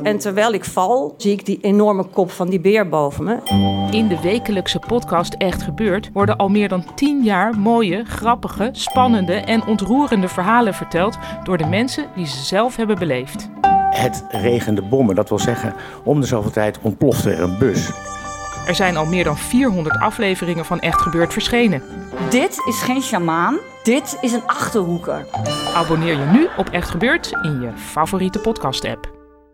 En terwijl ik val, zie ik die enorme kop van die beer boven me. In de wekelijkse podcast Echt Gebeurd worden al meer dan 10 jaar mooie, grappige, spannende en ontroerende verhalen verteld door de mensen die ze zelf hebben beleefd. Het regende bommen, dat wil zeggen, om de zoveel tijd ontplofte er een bus. Er zijn al meer dan 400 afleveringen van Echt Gebeurd verschenen. Dit is geen sjamaan, dit is een Achterhoeker. Abonneer je nu op Echt Gebeurd in je favoriete podcast-app.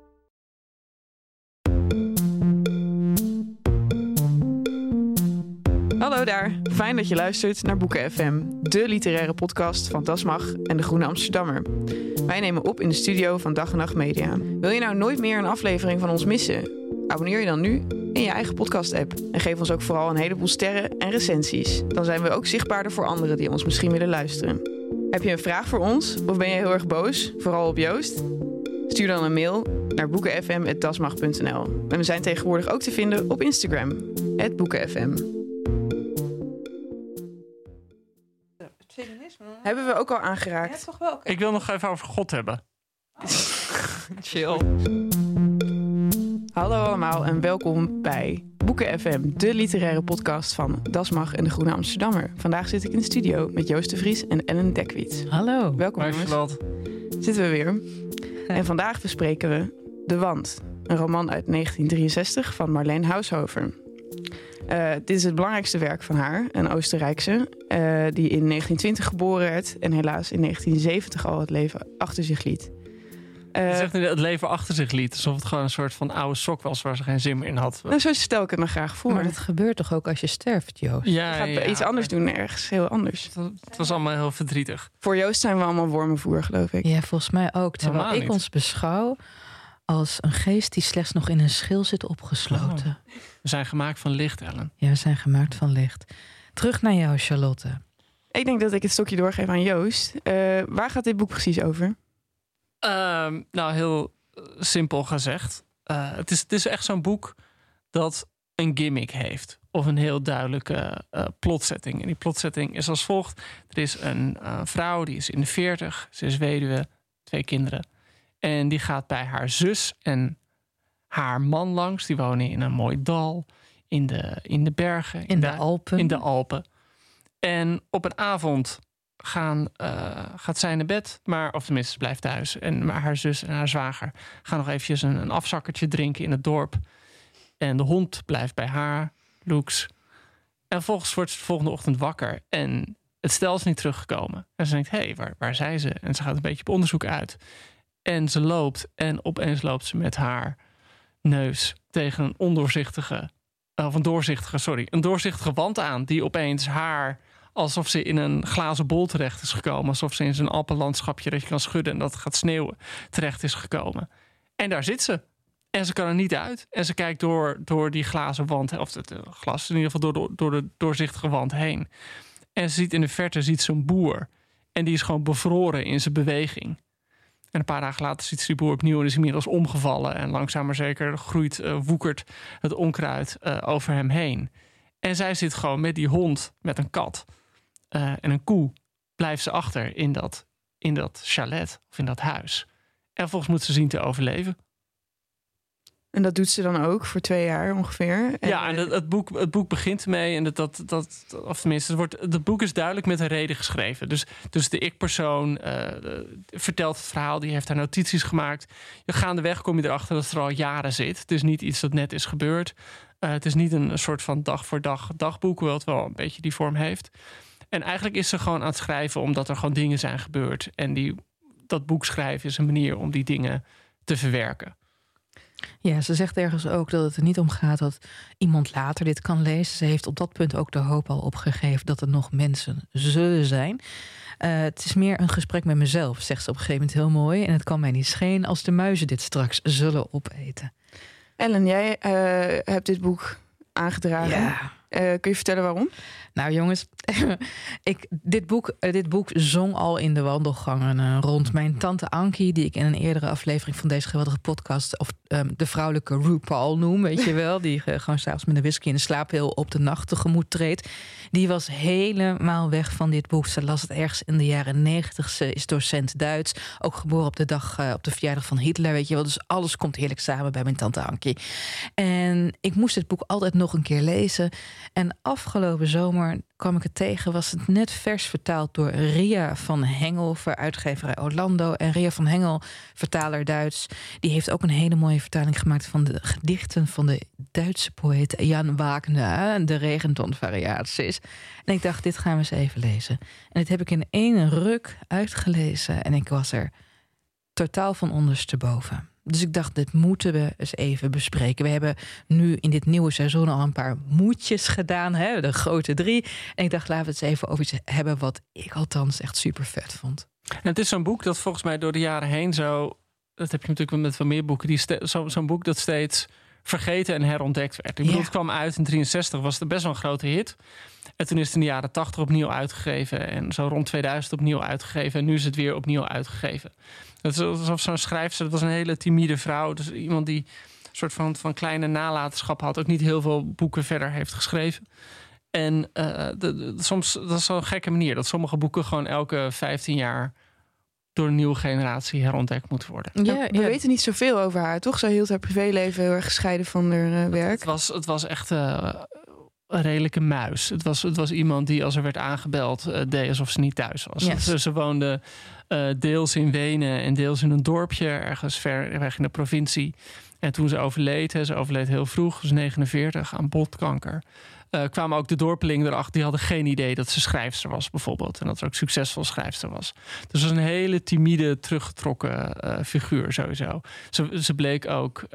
Hallo daar, fijn dat je luistert naar Boeken FM, de literaire podcast van Das Mag en de Groene Amsterdammer. Wij nemen op in de studio van Dag en Nacht Media. Wil je nou nooit meer een aflevering van ons missen? Abonneer je dan nu in je eigen podcast-app. En geef ons ook vooral een heleboel sterren en recensies. Dan zijn we ook zichtbaarder voor anderen die ons misschien willen luisteren. Heb je een vraag voor ons? Of ben je heel erg boos? Vooral op Joost? Stuur dan een mail naar boekenfm@dasmag.nl. En we zijn tegenwoordig ook te vinden op Instagram, @boekenfm. Hebben we ook al aangeraakt? Ja, toch wel. Ik wil nog even over God hebben. Chill. Hallo allemaal en welkom bij Boeken FM, de literaire podcast van Das Mag en de Groene Amsterdammer. Vandaag zit ik in de studio met Joost de Vries en Ellen Dekwiet. Hallo. Welkom jongens. Zitten we weer. En vandaag bespreken we De Wand, een roman uit 1963 van Marleen Haushofer. Dit is het belangrijkste werk van haar, een Oostenrijkse, die in 1920 geboren werd en helaas in 1970 al het leven achter zich liet. Je zegt nu het leven achter zich liet, alsof het gewoon een soort van oude sok was waar ze geen zin meer in had. Nou, zo stel ik het me graag voor. Maar dat gebeurt toch ook als je sterft, Joost? Je gaat iets anders doen ergens, heel anders. Het was allemaal heel verdrietig. Voor Joost zijn we allemaal wormenvoer, geloof ik. Ja, volgens mij ook. Terwijl ik ons beschouw als een geest die slechts nog in een schil zit opgesloten. Oh. We zijn gemaakt van licht, Ellen. Ja, we zijn gemaakt van licht. Terug naar jou, Charlotte. Ik denk dat ik het stokje doorgeef aan Joost. Waar gaat dit boek precies over? Nou, heel simpel gezegd. Het is echt zo'n boek dat een gimmick heeft. Of een heel duidelijke plotsetting. En die plotsetting is als volgt. Er is een vrouw, die is in de 40. Ze is weduwe, 2 kinderen. En die gaat bij haar zus en haar man langs. Die wonen in een mooi dal. In de bergen. In de Alpen. In de Alpen. En op een avond gaat zij naar bed, of tenminste ze blijft thuis. Maar haar zus en haar zwager gaan nog eventjes een afzakkertje drinken in het dorp. En de hond blijft bij haar, Loeks. En vervolgens wordt ze de volgende ochtend wakker en het stel is niet teruggekomen. En ze denkt, hé, waar zijn ze? En ze gaat een beetje op onderzoek uit. En ze loopt en opeens loopt ze met haar neus tegen een doorzichtige wand aan die opeens haar, alsof ze in een glazen bol terecht is gekomen. Alsof ze in zo'n alpenlandschapje dat je kan schudden en dat het gaat sneeuwen terecht is gekomen. En daar zit ze. En ze kan er niet uit. En ze kijkt door die glazen wand, of het glas in ieder geval door de doorzichtige wand heen. En ze ziet in de verte zo'n boer. En die is gewoon bevroren in zijn beweging. En een paar dagen later ziet ze die boer opnieuw en is inmiddels omgevallen. En langzaam maar zeker woekert het onkruid over hem heen. En zij zit gewoon met die hond, met een kat en een koe, blijft ze achter in dat chalet of in dat huis. En volgens moet ze zien te overleven. En dat doet ze dan ook voor 2 jaar ongeveer. En het boek begint ermee. En of tenminste, het boek is duidelijk met een reden geschreven. Dus de ik-persoon vertelt het verhaal. Die heeft haar notities gemaakt. Gaandeweg kom je erachter dat het er al jaren zit. Het is niet iets dat net is gebeurd. Het is niet een soort van dag voor dag dagboek, hoewel het wel een beetje die vorm heeft. En eigenlijk is ze gewoon aan het schrijven omdat er gewoon dingen zijn gebeurd. En dat boek schrijven is een manier om die dingen te verwerken. Ja, ze zegt ergens ook dat het er niet om gaat dat iemand later dit kan lezen. Ze heeft op dat punt ook de hoop al opgegeven dat er nog mensen zullen zijn. Het is meer een gesprek met mezelf, zegt ze op een gegeven moment heel mooi. En het kan mij niet schelen als de muizen dit straks zullen opeten. Ellen, jij hebt dit boek aangedragen. Ja. Kun je vertellen waarom? Nou jongens, dit boek zong al in de wandelgangen rond. Mijn tante Ankie, die ik in een eerdere aflevering van deze geweldige podcast... of de vrouwelijke RuPaul noem, weet je wel... die gewoon s'avonds met een whisky in de slaapheel op de nacht tegemoet treedt... die was helemaal weg van dit boek. Ze las het ergens in de jaren 90. Ze is docent Duits. Ook geboren op de verjaardag van Hitler, weet je wel. Dus alles komt heerlijk samen bij mijn tante Ankie. En ik moest dit boek altijd nog een keer lezen. En afgelopen zomer kwam ik het tegen, was het net vers vertaald door Ria van Hengel voor uitgeverij Orlando. En Ria van Hengel, vertaler Duits, die heeft ook een hele mooie vertaling gemaakt van de gedichten van de Duitse poëet Jan Wagner, de Regenton-variaties. En ik dacht, dit gaan we eens even lezen. En dit heb ik in één ruk uitgelezen en ik was er totaal van ondersteboven. Dus ik dacht, dit moeten we eens even bespreken. We hebben nu in dit nieuwe seizoen al een paar moedjes gedaan. Hè? De grote 3. En ik dacht, laten we het eens even over iets hebben... wat ik althans echt super vet vond. En het is zo'n boek dat volgens mij door de jaren heen zo... dat heb je natuurlijk met veel meer boeken... zo'n boek dat steeds vergeten en herontdekt werd. Ik bedoel, het kwam uit in 1963, was het best wel een grote hit. En toen is het in de jaren 80 opnieuw uitgegeven. En zo rond 2000 opnieuw uitgegeven. En nu is het weer opnieuw uitgegeven. Het is alsof zo'n schrijfster, dat was een hele timide vrouw. Dus iemand die een soort van kleine nalatenschap had. Ook niet heel veel boeken verder heeft geschreven. En soms, dat is zo'n gekke manier. Dat sommige boeken gewoon elke 15 jaar... door een nieuwe generatie herontdekt moeten worden. We weten niet zoveel over haar, toch? Zij hield haar privéleven heel erg gescheiden van haar werk. Het was echt... een redelijke muis. Het was iemand die als er werd aangebeld deed alsof ze niet thuis was. Yes. Ze woonde deels in Wenen en deels in een dorpje ergens ver weg in de provincie. En toen ze overleed heel vroeg, dus 49, aan botkanker. Kwamen ook de dorpelingen erachter, die hadden geen idee dat ze schrijfster was bijvoorbeeld. En dat ze ook succesvol schrijfster was. Dus ze was een hele timide, teruggetrokken figuur sowieso. Ze bleek ook...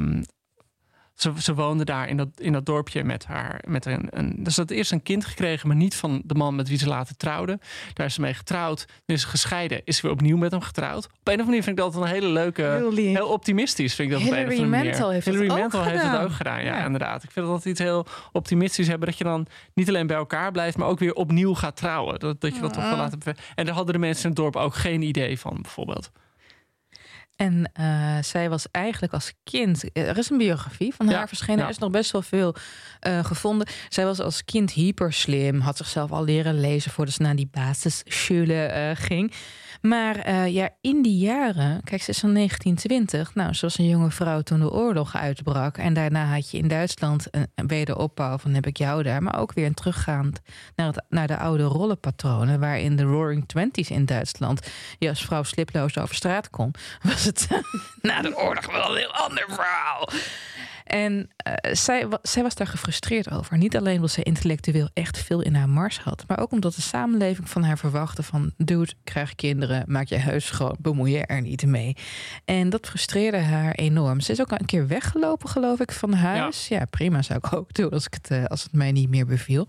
Ze woonde daar in dat dorpje met haar. Dus ze had eerst een kind gekregen, maar niet van de man met wie ze later trouwde. Daar is ze mee getrouwd. Dan is ze gescheiden. Is ze weer opnieuw met hem getrouwd. Op een of andere manier vind ik dat een hele leuke, heel optimistisch. Vind ik dat Hilary Mantel heeft het ook gedaan. Ja, inderdaad. Ik vind dat iets heel optimistisch hebben. Dat je dan niet alleen bij elkaar blijft, maar ook weer opnieuw gaat trouwen. Dat je dat toch wel laten bevestigen. En daar hadden de mensen in het dorp ook geen idee van, bijvoorbeeld. En zij was eigenlijk als kind... Er is een biografie van haar verschenen. Er is nog best wel veel gevonden. Zij was als kind hyper slim. Had zichzelf al leren lezen voordat ze naar die basisschule ging. Maar in die jaren... Kijk, ze is van 1920. Nou, ze was een jonge vrouw toen de oorlog uitbrak. En daarna had je in Duitsland een wederopbouw van heb ik jou daar. Maar ook weer een teruggaand naar de oude rollenpatronen. Waarin de Roaring Twenties in Duitsland... je als vrouw sliploos over straat kon. Was het na de oorlog wel een heel ander verhaal. En zij was daar gefrustreerd over. Niet alleen omdat zij intellectueel echt veel in haar mars had... maar ook omdat de samenleving van haar verwachtte van... dude, krijg kinderen, maak je huis schoon, bemoei je er niet mee. En dat frustreerde haar enorm. Ze is ook een keer weggelopen, geloof ik, van huis. Ja, prima, zou ik ook doen als het mij niet meer beviel.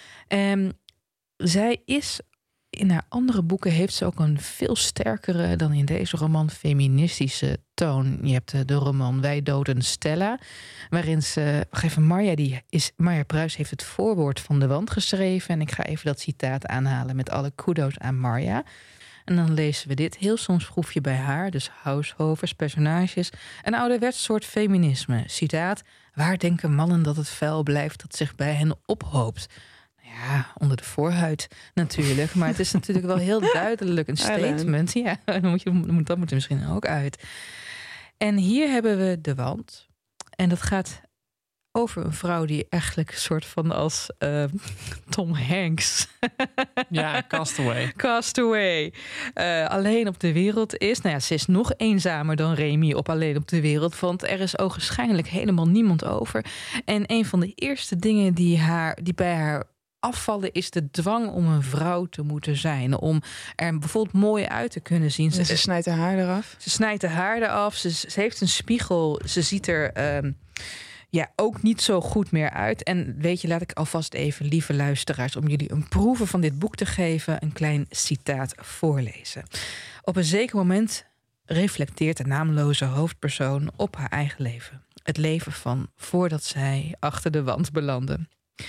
Zij is... In haar andere boeken heeft ze ook een veel sterkere dan in deze roman feministische toon. Je hebt de roman Wij doden Stella, waarin ze... Marja Pruis heeft het voorwoord van de wand geschreven. En ik ga even dat citaat aanhalen met alle kudo's aan Marja. En dan lezen we dit. Heel soms proef je bij haar, dus huishovers, personages... een ouderwets soort feminisme. Citaat, waar denken mannen dat het vuil blijft dat zich bij hen ophoopt... Ja, onder de voorhuid natuurlijk. Maar het is natuurlijk wel heel duidelijk een statement. Ja, dat moet er misschien ook uit. En hier hebben we de wand. En dat gaat over een vrouw die eigenlijk een soort van als Tom Hanks. Ja, Castaway. Castaway. Alleen op de wereld is. Nou ja, ze is nog eenzamer dan Remy op Alleen op de wereld. Want er is ogenschijnlijk helemaal niemand over. En een van de eerste dingen die bij haar afvallen is de dwang om een vrouw te moeten zijn. Om er bijvoorbeeld mooi uit te kunnen zien. Ze snijdt haar haar eraf. Ze snijdt haar haar eraf. Ze heeft een spiegel. Ze ziet er ook niet zo goed meer uit. En weet je, laat ik alvast even, lieve luisteraars, om jullie een proeve van dit boek te geven, een klein citaat voorlezen. Op een zeker moment reflecteert de naamloze hoofdpersoon op haar eigen leven. Het leven van voordat zij achter de wand belandde.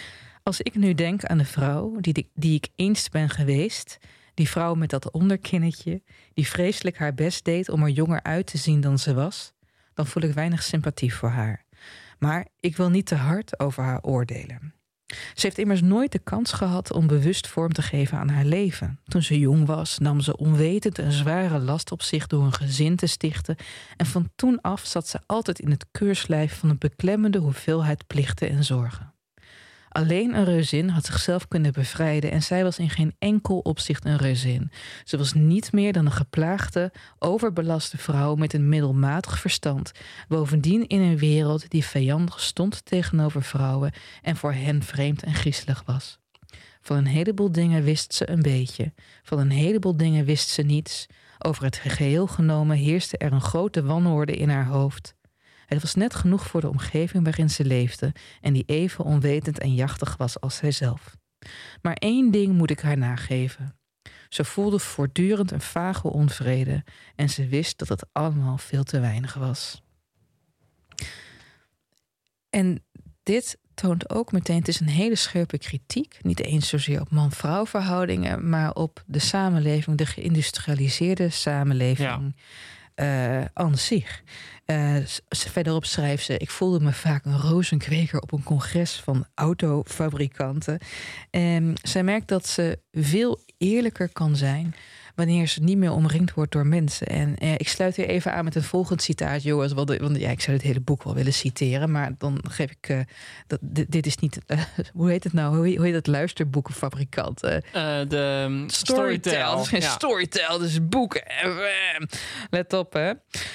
Als ik nu denk aan de vrouw die ik eens ben geweest, die vrouw met dat onderkinnetje, die vreselijk haar best deed om er jonger uit te zien dan ze was, dan voel ik weinig sympathie voor haar. Maar ik wil niet te hard over haar oordelen. Ze heeft immers nooit de kans gehad om bewust vorm te geven aan haar leven. Toen ze jong was, nam ze onwetend een zware last op zich door een gezin te stichten. En van toen af zat ze altijd in het keurslijf van een beklemmende hoeveelheid plichten en zorgen. Alleen een reuzin had zichzelf kunnen bevrijden en zij was in geen enkel opzicht een reuzin. Ze was niet meer dan een geplaagde, overbelaste vrouw met een middelmatig verstand. Bovendien in een wereld die vijandig stond tegenover vrouwen en voor hen vreemd en griezelig was. Van een heleboel dingen wist ze een beetje. Van een heleboel dingen wist ze niets. Over het geheel genomen heerste er een grote wanorde in haar hoofd. Het was net genoeg voor de omgeving waarin ze leefde en die even onwetend en jachtig was als zijzelf. Maar één ding moet ik haar nageven. Ze voelde voortdurend een vage onvrede en ze wist dat het allemaal veel te weinig was. En dit toont ook meteen, het is een hele scherpe kritiek, niet eens zozeer op man-vrouw verhoudingen, maar op de samenleving, de geïndustrialiseerde samenleving. Aan zich. Verderop schrijft ze: ik voelde me vaak een rozenkweker op een congres van autofabrikanten. Zij merkt dat ze veel eerlijker kan zijn wanneer ze niet meer omringd wordt door mensen. En ik sluit hier even aan met een volgend citaat, jongens. Want ik zou het hele boek wel willen citeren, maar dan geef ik... dit is niet... hoe heet het nou? Hoe heet het luisterboekenfabrikant? De Storytel. Het is geen Storytel, het is boeken. Let op, hè.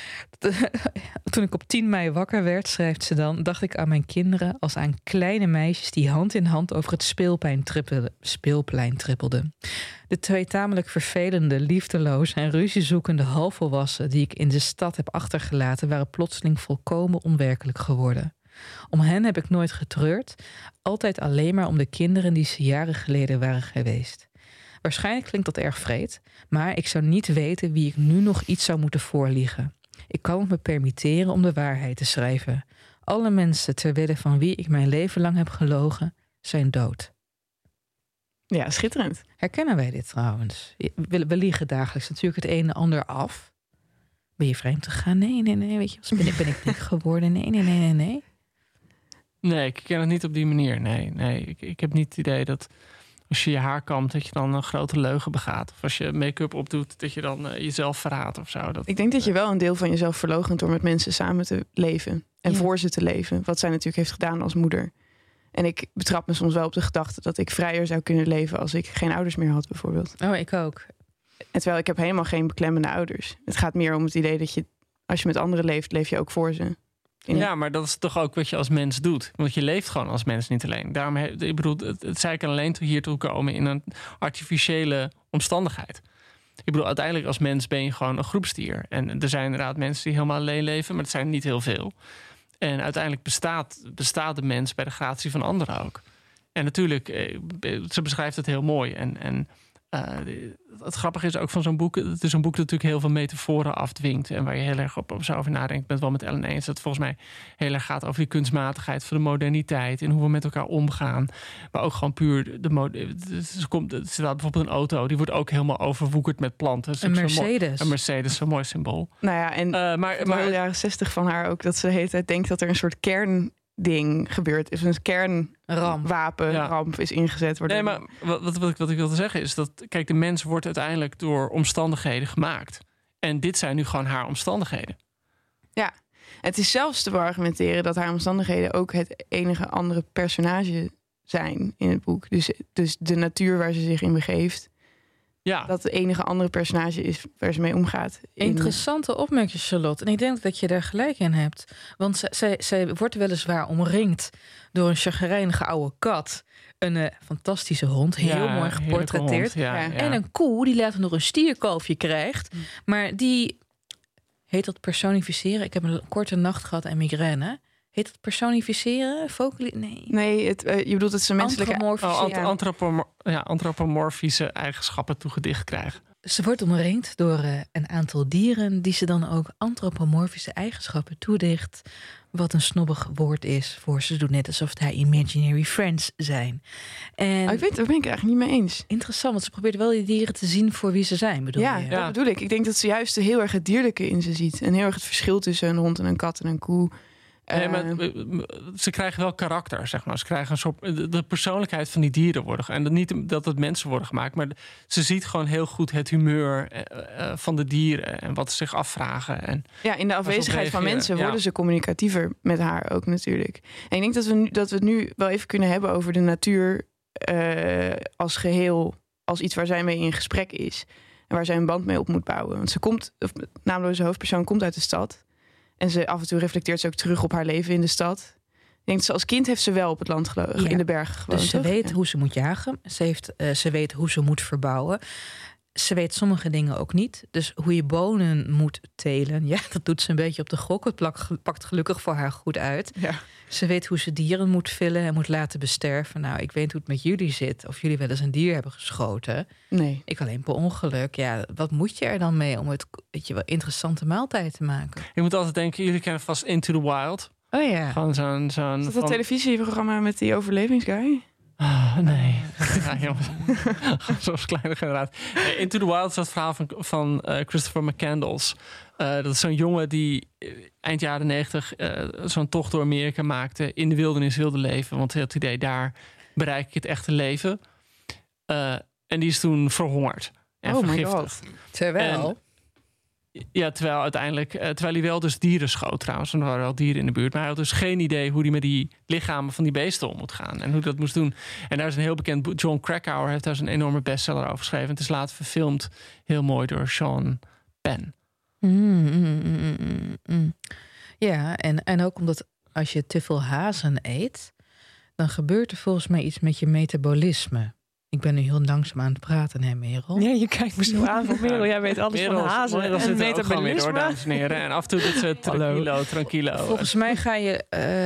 Toen ik op 10 mei wakker werd, schrijft ze dan, dacht ik aan mijn kinderen als aan kleine meisjes die hand in hand over het speelplein trippelden. De 2 tamelijk vervelende, liefdeloze en ruziezoekende halfvolwassenen die ik in de stad heb achtergelaten, waren plotseling volkomen onwerkelijk geworden. Om hen heb ik nooit getreurd, altijd alleen maar om de kinderen die ze jaren geleden waren geweest. Waarschijnlijk klinkt dat erg vreed, maar ik zou niet weten wie ik nu nog iets zou moeten voorliegen. Ik kan het me permitteren om de waarheid te schrijven. Alle mensen ter wille van wie ik mijn leven lang heb gelogen, zijn dood. Ja, schitterend. Herkennen wij dit trouwens? We liegen dagelijks natuurlijk het een en ander af. Ben je vreemd gegaan? Nee. Weet je, ben ik dik geworden? Nee. Nee, ik ken het niet op die manier. Nee. Ik heb niet het idee dat als je je haar kamt, dat je dan een grote leugen begaat. Of als je make-up opdoet, dat je dan jezelf verraadt of zo. Ik denk dat je wel een deel van jezelf verloochent door met mensen samen te leven. En voor ze te leven. Wat zij natuurlijk heeft gedaan als moeder. En ik betrap me soms wel op de gedachte dat ik vrijer zou kunnen leven als ik geen ouders meer had, bijvoorbeeld. Oh, ik ook. En terwijl ik heb helemaal geen beklemmende ouders. Het gaat meer om het idee dat je, als je met anderen leeft, leef je ook voor ze. Ja, maar dat is toch ook wat je als mens doet. Want je leeft gewoon als mens, niet alleen. Daarom, ik bedoel, zij kan alleen hiertoe komen in een artificiële omstandigheid. Ik bedoel, uiteindelijk als mens ben je gewoon een groepsdier. En er zijn inderdaad mensen die helemaal alleen leven, maar het zijn niet heel veel. En uiteindelijk bestaat de mens bij de gratie van anderen ook. En natuurlijk, ze beschrijft het heel mooi. En het grappige is ook van zo'n boek, het is een boek dat natuurlijk heel veel metaforen afdwingt en waar je heel erg op over nadenkt. Ik ben het wel met Ellen eens dat het volgens mij heel erg gaat over die kunstmatigheid van de moderniteit en hoe we met elkaar omgaan. Maar ook gewoon puur er staat bijvoorbeeld een auto, die wordt ook helemaal overwoekerd met planten. Een Mercedes. Een Mercedes, zo'n mooi symbool. Nou ja, en maar de jaren 60 van haar ook, dat ze de hele tijd denkt dat er een soort kernding gebeurt. Is een kernwapenramp is ingezet. Nee, maar wat ik wilde zeggen is dat, kijk, de mens wordt uiteindelijk door omstandigheden gemaakt. En dit zijn nu gewoon haar omstandigheden. Ja, het is zelfs te argumenteren dat haar omstandigheden ook het enige andere personage zijn in het boek. Dus de natuur waar ze zich in begeeft. Ja. Dat het enige andere personage is waar ze mee omgaat. Interessante opmerking, Charlotte. En ik denk dat je daar gelijk in hebt. Want zij wordt weliswaar omringd door een chagrijnige oude kat. Een fantastische hond, heel mooi geportretteerd. Ja. En een koe die later nog een stierkalfje krijgt. Maar die, heet dat personificeren? Ik heb een korte nacht gehad en migraine. Heet het personificeren? Nee, je bedoelt dat ze menselijke... Antropomorfische eigenschappen toegedicht krijgen. Ze wordt omringd door een aantal dieren die ze dan ook antropomorfische eigenschappen toedicht. Wat een snobbig woord is voor ze doen net alsof het haar imaginary friends zijn. En daar ben ik eigenlijk niet mee eens. Interessant, want ze probeert wel die dieren te zien voor wie ze zijn, bedoel je? Dat bedoel ik. Ik denk dat ze juist heel erg het dierlijke in ze ziet. En heel erg het verschil tussen een hond en een kat en een koe. Nee, maar ze krijgen wel karakter, zeg maar. Ze krijgen een soort... De persoonlijkheid van die dieren worden... En niet dat het mensen worden gemaakt... maar ze ziet gewoon heel goed het humeur van de dieren... en wat ze zich afvragen. En in de afwezigheid van mensen worden ze communicatiever met haar ook natuurlijk. En ik denk dat we het nu wel even kunnen hebben... over de natuur als geheel... als iets waar zij mee in gesprek is... en waar zij een band mee op moet bouwen. Want ze komt, naamloze hoofdpersoon, komt uit de stad... En ze af en toe reflecteert ze ook terug op haar leven in de stad. Ik denk dat ze als kind heeft ze wel op het land in de bergen gewoond. Dus ze weet hoe ze moet jagen. Ze weet hoe ze moet verbouwen. Ze weet sommige dingen ook niet. Dus hoe je bonen moet telen, dat doet ze een beetje op de gok. Het pakt gelukkig voor haar goed uit. Ja. Ze weet hoe ze dieren moet vullen en moet laten besterven. Nou, ik weet hoe het met jullie zit. Of jullie wel eens een dier hebben geschoten. Nee. Ik alleen per ongeluk. Ja, wat moet je er dan mee om het wel interessante maaltijd te maken? Je moet altijd denken, jullie kennen vast Into the Wild. Oh ja. Van is dat televisieprogramma met die overlevingsguy? Nee. Ja, jongens. Zoals kleine generatie. Into the Wild is dat verhaal van Christopher McCandless. Dat is zo'n jongen die eind jaren 90 zo'n tocht door Amerika maakte. In de wildernis wilde leven. Want hij had het idee, daar bereik ik het echte leven. En die is toen verhongerd. En vergiftigd. Terwijl terwijl hij wel dus dieren schoot trouwens. En er waren wel dieren in de buurt. Maar hij had dus geen idee hoe hij met die lichamen van die beesten om moet gaan. En hoe dat moest doen. En daar is een heel bekend boek. John Krakauer heeft daar een enorme bestseller over geschreven. Het is later verfilmd. Heel mooi door Sean Penn. Ja, en ook omdat als je te veel hazen eet... dan gebeurt er volgens mij iets met je metabolisme. Ik ben nu heel langzaam aan het praten, hè, Merel? Ja, je kijkt me zo aan van Merel. Jij weet alles van hazen en metabolisme. Dames en heren. En af en toe doet ze tranquilo. Volgens mij ga je...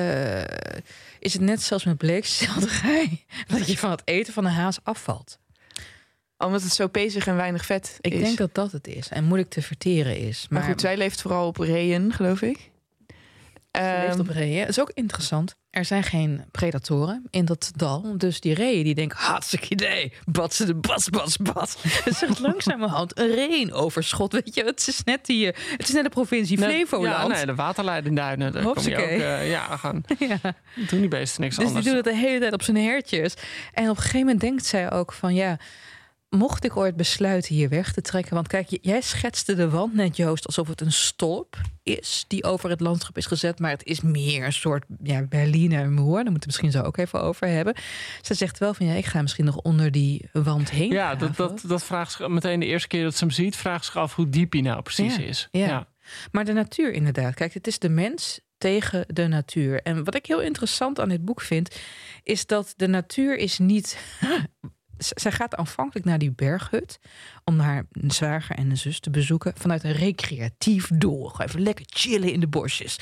is het net zoals met bleekselderij... dat je van het eten van een haas afvalt. Omdat het zo pezig en weinig vet is. Ik denk dat dat het is. En moeilijk te verteren is. Maar goed, zij leeft vooral op reeën, geloof ik. Ze leeft op reeën. Dat is ook interessant. Er zijn geen predatoren in dat dal. Dus die reeën die denken, hartstikke idee. Batsen de bas. Het zegt langzamerhand een reeënoverschot. Weet je, het is net de provincie Flevoland. Ja, de waterleidenduinen. Daar kom je ook, doen die beesten niks anders. Dus die doen het de hele tijd op zijn hertjes. En op een gegeven moment denkt zij ook van, mocht ik ooit besluiten hier weg te trekken... want kijk, jij schetste de wand net, Joost... alsof het een stolp is die over het landschap is gezet... maar het is meer een soort Berliner muur. Daar moeten we misschien zo ook even over hebben. Ze zegt wel van, ik ga misschien nog onder die wand heen. Ja, dat vraagt zich meteen de eerste keer dat ze hem ziet... vraagt zich af hoe diep hij nou precies is. Ja. Maar de natuur inderdaad. Kijk, het is de mens tegen de natuur. En wat ik heel interessant aan dit boek vind... is dat de natuur is niet... Zij gaat aanvankelijk naar die berghut om haar zwager en de zus te bezoeken vanuit een recreatief doel. Even lekker chillen in de bosjes.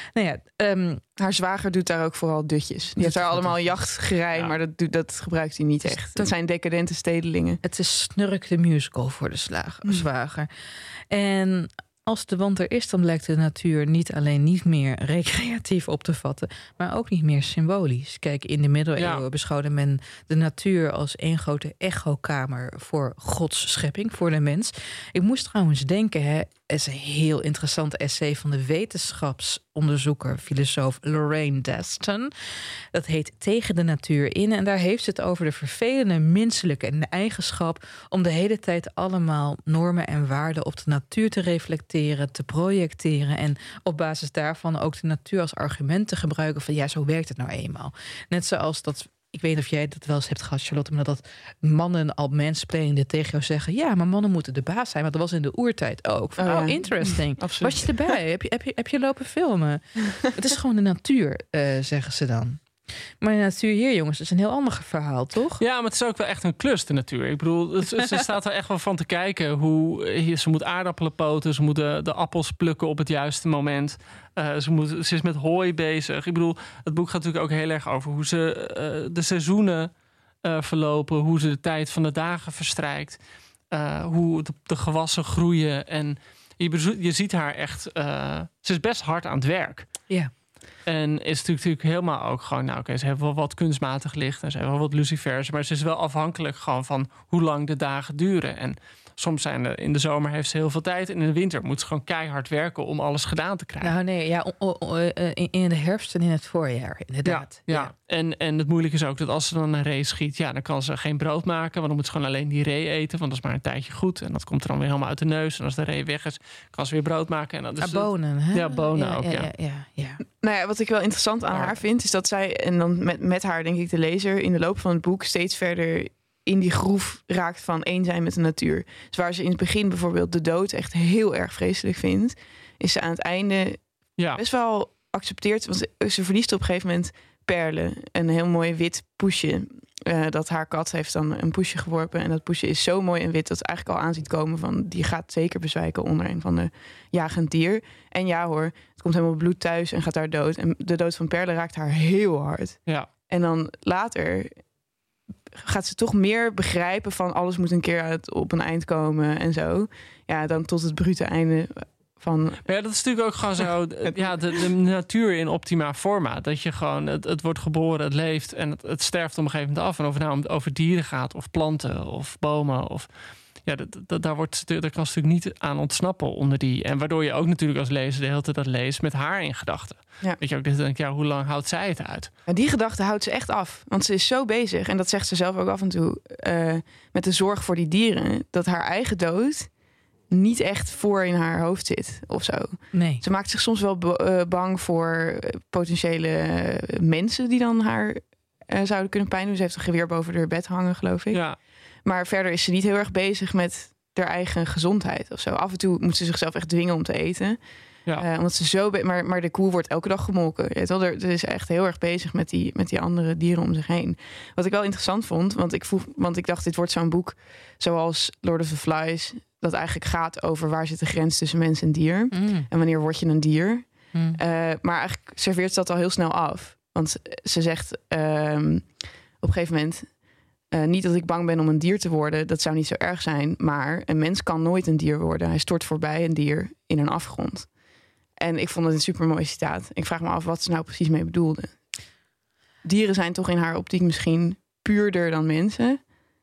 Haar zwager doet daar ook vooral dutjes. Die heeft daar allemaal jachtgerij, maar dat gebruikt hij niet echt. Dat zijn decadente stedelingen. Het is Snurk de musical voor de zwager. En als de wand er is, dan blijkt de natuur niet alleen niet meer recreatief op te vatten, maar ook niet meer symbolisch. Kijk, in de middeleeuwen beschouwde men de natuur als één grote echokamer voor Gods schepping, voor de mens. Ik moest trouwens denken, het is een heel interessant essay van de wetenschapsonderzoeker, filosoof Lorraine Daston. Dat heet Tegen de natuur in. En daar heeft ze het over de vervelende menselijke en de eigenschap om de hele tijd allemaal normen en waarden op de natuur te reflecteren, te projecteren en op basis daarvan ook de natuur als argument te gebruiken van zo werkt het nou eenmaal. Net zoals dat, ik weet niet of jij dat wel eens hebt gehad, Charlotte, maar dat mannen al mansplaining tegen jou zeggen, ja, maar mannen moeten de baas zijn, want dat was in de oertijd ook. Van, interesting. Was je erbij? Heb je lopen filmen? Het is gewoon de natuur, zeggen ze dan. Maar de natuur hier, jongens, is een heel ander verhaal, toch? Ja, maar het is ook wel echt een klus, de natuur. Ik bedoel, ze staat er echt wel van te kijken hoe ze moet aardappelen poten, ze moet de appels plukken op het juiste moment. Ze is met hooi bezig. Ik bedoel, het boek gaat natuurlijk ook heel erg over hoe ze de seizoenen verlopen, hoe ze de tijd van de dagen verstrijkt, hoe de gewassen groeien. En je ziet haar echt, ze is best hard aan het werk. Ja. En is natuurlijk helemaal ook gewoon... ze hebben wel wat kunstmatig licht en ze hebben wel wat lucifers, maar ze is wel afhankelijk gewoon van hoe lang de dagen duren. En soms in de zomer heeft ze heel veel tijd en in de winter moet ze gewoon keihard werken om alles gedaan te krijgen. Nou nee, in de herfst en in het voorjaar, inderdaad. Ja. En het moeilijke is ook dat als ze dan een ree schiet, dan kan ze geen brood maken, want dan moet ze gewoon alleen die ree eten, want dat is maar een tijdje goed. En dat komt er dan weer helemaal uit de neus. En als de ree weg is, kan ze weer brood maken. En dat is bonen, hè? Ja, bonen ook, ja. Nou ja, wat ik wel interessant aan haar vind, is dat zij, en dan met haar denk ik de lezer, in de loop van het boek steeds verder in die groef raakt van één zijn met de natuur. Dus waar ze in het begin bijvoorbeeld de dood echt heel erg vreselijk vindt, is ze aan het einde best wel accepteert. Want ze verliest op een gegeven moment Perle, een heel mooi wit poesje. Dat haar kat heeft dan een poesje geworpen. En dat poesje is zo mooi en wit dat ze eigenlijk al aan ziet komen van die gaat zeker bezwijken onder een van de jagend dier. En ja hoor, het komt helemaal bloed thuis en gaat daar dood. En de dood van Perle raakt haar heel hard. Ja. En dan later gaat ze toch meer begrijpen van alles moet een keer op een eind komen en zo. Ja, dan tot het brute einde van... Ja, dat is natuurlijk ook gewoon zo. De natuur in optima forma. Dat je gewoon, het wordt geboren, het leeft en het sterft op een gegeven moment af. En of het nou over dieren gaat, of planten, of bomen, of... Ja, daar kan ze natuurlijk niet aan ontsnappen onder die. En waardoor je ook natuurlijk als lezer de hele tijd dat leest met haar in gedachten. Ja. Weet je ook, dat je denkt, hoe lang houdt zij het uit? En die gedachte houdt ze echt af. Want ze is zo bezig, en dat zegt ze zelf ook af en toe, met de zorg voor die dieren, dat haar eigen dood niet echt voor in haar hoofd zit of zo. Nee. Ze maakt zich soms wel bang voor potentiële mensen die dan haar zouden kunnen pijn doen. Ze heeft een geweer boven haar bed hangen, geloof ik. Ja. Maar verder is ze niet heel erg bezig met haar eigen gezondheid of zo. Af en toe moet ze zichzelf echt dwingen om te eten. Ja. Omdat ze zo... Maar de koe wordt elke dag gemolken. Ze is echt heel erg bezig met die andere dieren om zich heen. Wat ik wel interessant vond, want ik dacht, dit wordt zo'n boek zoals Lord of the Flies, dat eigenlijk gaat over waar zit de grens tussen mens en dier. En wanneer word je een dier. Maar eigenlijk serveert ze dat al heel snel af. Want ze zegt op een gegeven moment, niet dat ik bang ben om een dier te worden, dat zou niet zo erg zijn, maar een mens kan nooit een dier worden. Hij stort voorbij een dier in een afgrond. En ik vond het een supermooi citaat. Ik vraag me af wat ze nou precies mee bedoelde. Dieren zijn toch in haar optiek misschien puurder dan mensen.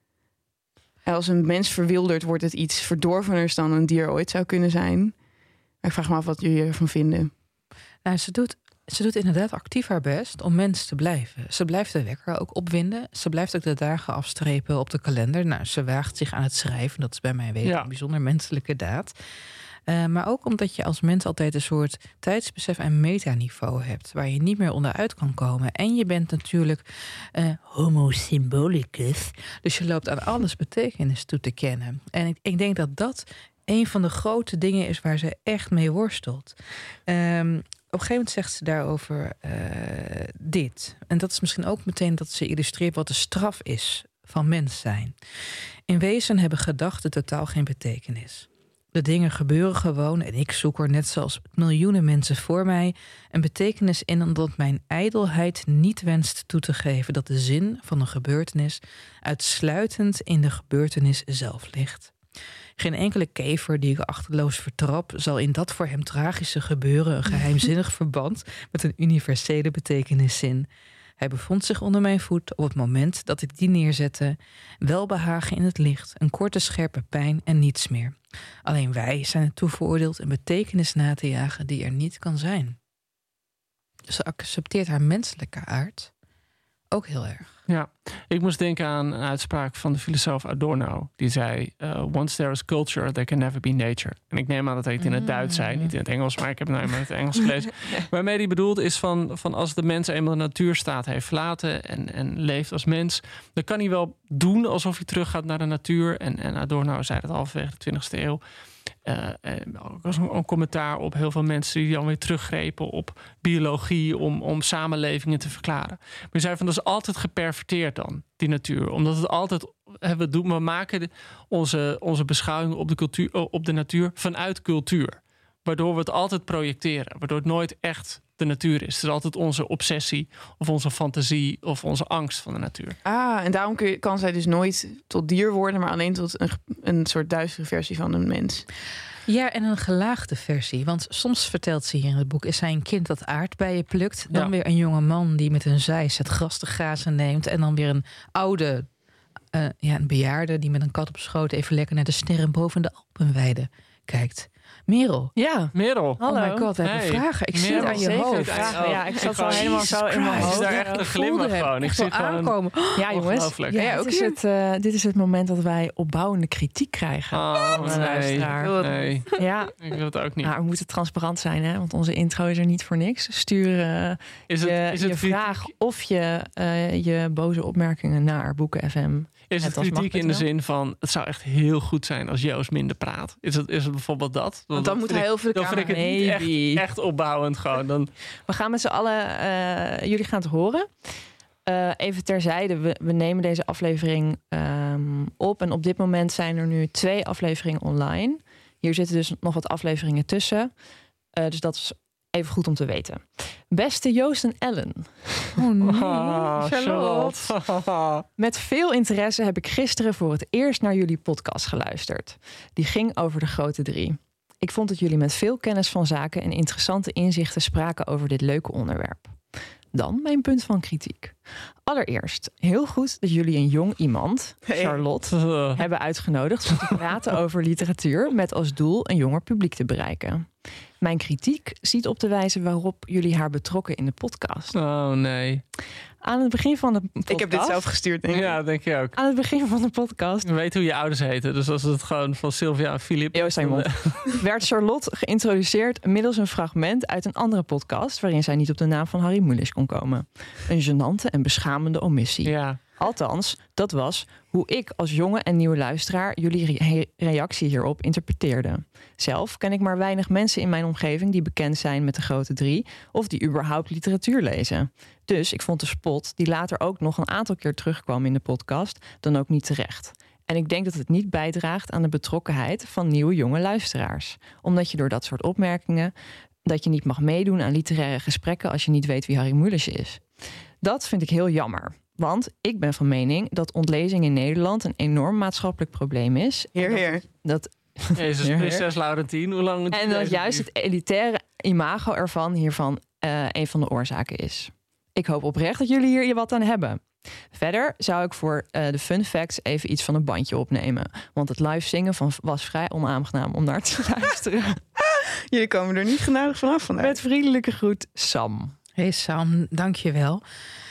En als een mens verwildert, wordt het iets verdorveners dan een dier ooit zou kunnen zijn. Maar ik vraag me af wat jullie ervan vinden. Nou, ze doet inderdaad actief haar best om mens te blijven. Ze blijft de wekker ook opwinden. Ze blijft ook de dagen afstrepen op de kalender. Nou, ze waagt zich aan het schrijven. Dat is bij mij weten een bijzonder menselijke daad. Maar ook omdat je als mens altijd een soort tijdsbesef en metaniveau hebt, waar je niet meer onderuit kan komen. En je bent natuurlijk homo symbolicus. Dus je loopt aan alles betekenis toe te kennen. En ik denk dat dat een van de grote dingen is waar ze echt mee worstelt. Op een gegeven moment zegt ze daarover dit. En dat is misschien ook meteen dat ze illustreert wat de straf is van mens zijn. In wezen hebben gedachten totaal geen betekenis. De dingen gebeuren gewoon en ik zoek er net zoals miljoenen mensen voor mij een betekenis in, omdat mijn ijdelheid niet wenst toe te geven dat de zin van een gebeurtenis uitsluitend in de gebeurtenis zelf ligt. Geen enkele kever die ik achterloos vertrap zal in dat voor hem tragische gebeuren een geheimzinnig verband met een universele betekenis zien. Hij bevond zich onder mijn voet op het moment dat ik die neerzette. Welbehagen in het licht, een korte scherpe pijn en niets meer. Alleen wij zijn ertoe veroordeeld een betekenis na te jagen die er niet kan zijn. Dus ze accepteert haar menselijke aard ook heel erg. Ja, ik moest denken aan een uitspraak van de filosoof Adorno. Die zei, once there is culture, there can never be nature. En ik neem aan dat hij het in het Duits zei, niet in het Engels, maar ik heb het nou in het Engels gelezen. Waarmee hij bedoelt is van als de mens eenmaal de natuurstaat heeft verlaten en leeft als mens, dan kan hij wel doen alsof hij teruggaat naar de natuur. En Adorno zei dat halverwege de 20e eeuw. Ook als een commentaar op heel veel mensen die dan weer teruggrepen op biologie om samenlevingen te verklaren. Maar je zei van dat is altijd geperverteerd dan, die natuur. Omdat het altijd, we maken onze beschouwing op de natuur vanuit cultuur. Waardoor we het altijd projecteren. Waardoor het nooit echt de natuur is. Het is altijd onze obsessie of onze fantasie of onze angst van de natuur. En daarom kan zij dus nooit tot dier worden, maar alleen tot een soort duistere versie van een mens. Ja, en een gelaagde versie. Want soms vertelt ze hier in het boek, is zij een kind dat aardbeien plukt. Dan weer een jonge man die met een zeis het gras te grazen neemt. En dan weer een oude, een bejaarde die met een kat op schoot even lekker naar de sterren boven de Alpenweide kijkt. Merel. Ja. Merel. Hallo. Oh my god, heb je vragen? Ik zie het aan je hoofd. Ja, ik zat al helemaal zo in mijn hoofd. Is daar echt een glimlach gewoon. Ik zie gewoon aankomen. Ja, jongens. Ja, dit is het moment dat wij opbouwende kritiek krijgen. Nee. Ja. Ik wil het ook niet. Maar we moeten transparant zijn, hè? Want onze intro is er niet voor niks. Stuur je vraag of je boze opmerkingen naar Boeken FM. Is het kritiek in de zin van, het zou echt heel goed zijn als Joost minder praat? Is het bijvoorbeeld dat? Want dan moet hij heel veel de kamer. Dan vind ik het niet echt opbouwend gewoon. We gaan met z'n allen, jullie gaan het horen. Even terzijde, we nemen deze aflevering op. En op dit moment zijn er nu 2 afleveringen online. Hier zitten dus nog wat afleveringen tussen. Dus dat is even goed om te weten. Beste Joost en Ellen. Oh nee, Charlotte. Met veel interesse heb ik gisteren voor het eerst naar jullie podcast geluisterd. Die ging over de grote 3. Ik vond dat jullie met veel kennis van zaken en interessante inzichten spraken over dit leuke onderwerp. Dan mijn punt van kritiek. Allereerst, heel goed dat jullie een jong iemand, Charlotte, hebben uitgenodigd om te praten over literatuur met als doel een jonger publiek te bereiken. Mijn kritiek ziet op de wijze waarop jullie haar betrokken in de podcast. Oh nee. Aan het begin van de podcast... Ik heb dit zelf gestuurd, denk ik. Ja, denk je ook. Aan het begin van de podcast... Je weet hoe je ouders heten, dus als het gewoon van Sylvia en Filip... Joost Simon. Werd Charlotte geïntroduceerd middels een fragment uit een andere podcast... waarin zij niet op de naam van Harry Mulisch kon komen. Een gênante en beschamende omissie. Ja. Althans, dat was hoe ik als jonge en nieuwe luisteraar jullie reactie hierop interpreteerde. Zelf ken ik maar weinig mensen in mijn omgeving die bekend zijn met de grote 3 of die überhaupt literatuur lezen. Dus ik vond de spot, die later ook nog een aantal keer terugkwam in de podcast, dan ook niet terecht. En ik denk dat het niet bijdraagt aan de betrokkenheid van nieuwe jonge luisteraars. Omdat je door dat soort opmerkingen dat je niet mag meedoen aan literaire gesprekken als je niet weet wie Harry Mulisch is. Dat vind ik heel jammer. Want ik ben van mening dat ontlezing in Nederland een enorm maatschappelijk probleem is. Heer. Jezus, prinses Laurentien, hoe lang... En dat juist het elitaire imago hiervan een van de oorzaken is. Ik hoop oprecht dat jullie hier wat aan hebben. Verder zou ik voor de fun facts even iets van een bandje opnemen. Want het live zingen was vrij onaangenaam om naar te luisteren. Jullie komen er niet genoeg vanaf vandaag. Met vriendelijke groet, Sam. Hey Sam, dank je wel.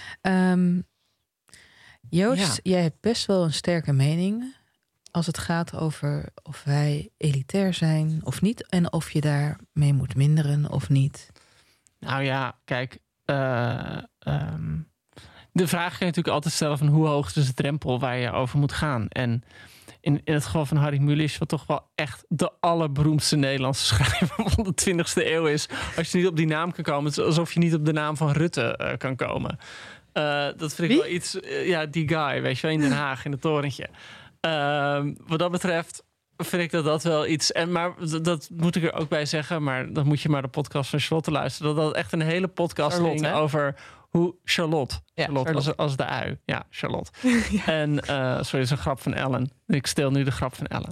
Joost, jij hebt best wel een sterke mening als het gaat over of wij elitair zijn of niet. En of je daarmee moet minderen of niet. Nou ja, kijk. De vraag kan je natuurlijk altijd stellen van hoe hoog is de drempel waar je over moet gaan. En in het geval van Harry Mulisch, wat toch wel echt de allerberoemdste Nederlandse schrijver van de 20e eeuw is. Als je niet op die naam kan komen, het is alsof je niet op de naam van Rutte kan komen. Dat vind ik wel iets... die guy, weet je wel, in Den Haag, in het torentje. Wat dat betreft vind ik dat wel iets... Maar dat moet ik er ook bij zeggen, maar dan moet je maar de podcast van Charlotte luisteren. Dat echt een hele podcast Charlotte, ging over hoe Charlotte. Ja, Charlotte. Als de ui. Ja, Charlotte. Ja. En, sorry, dat is een grap van Ellen. Ik steel nu de grap van Ellen.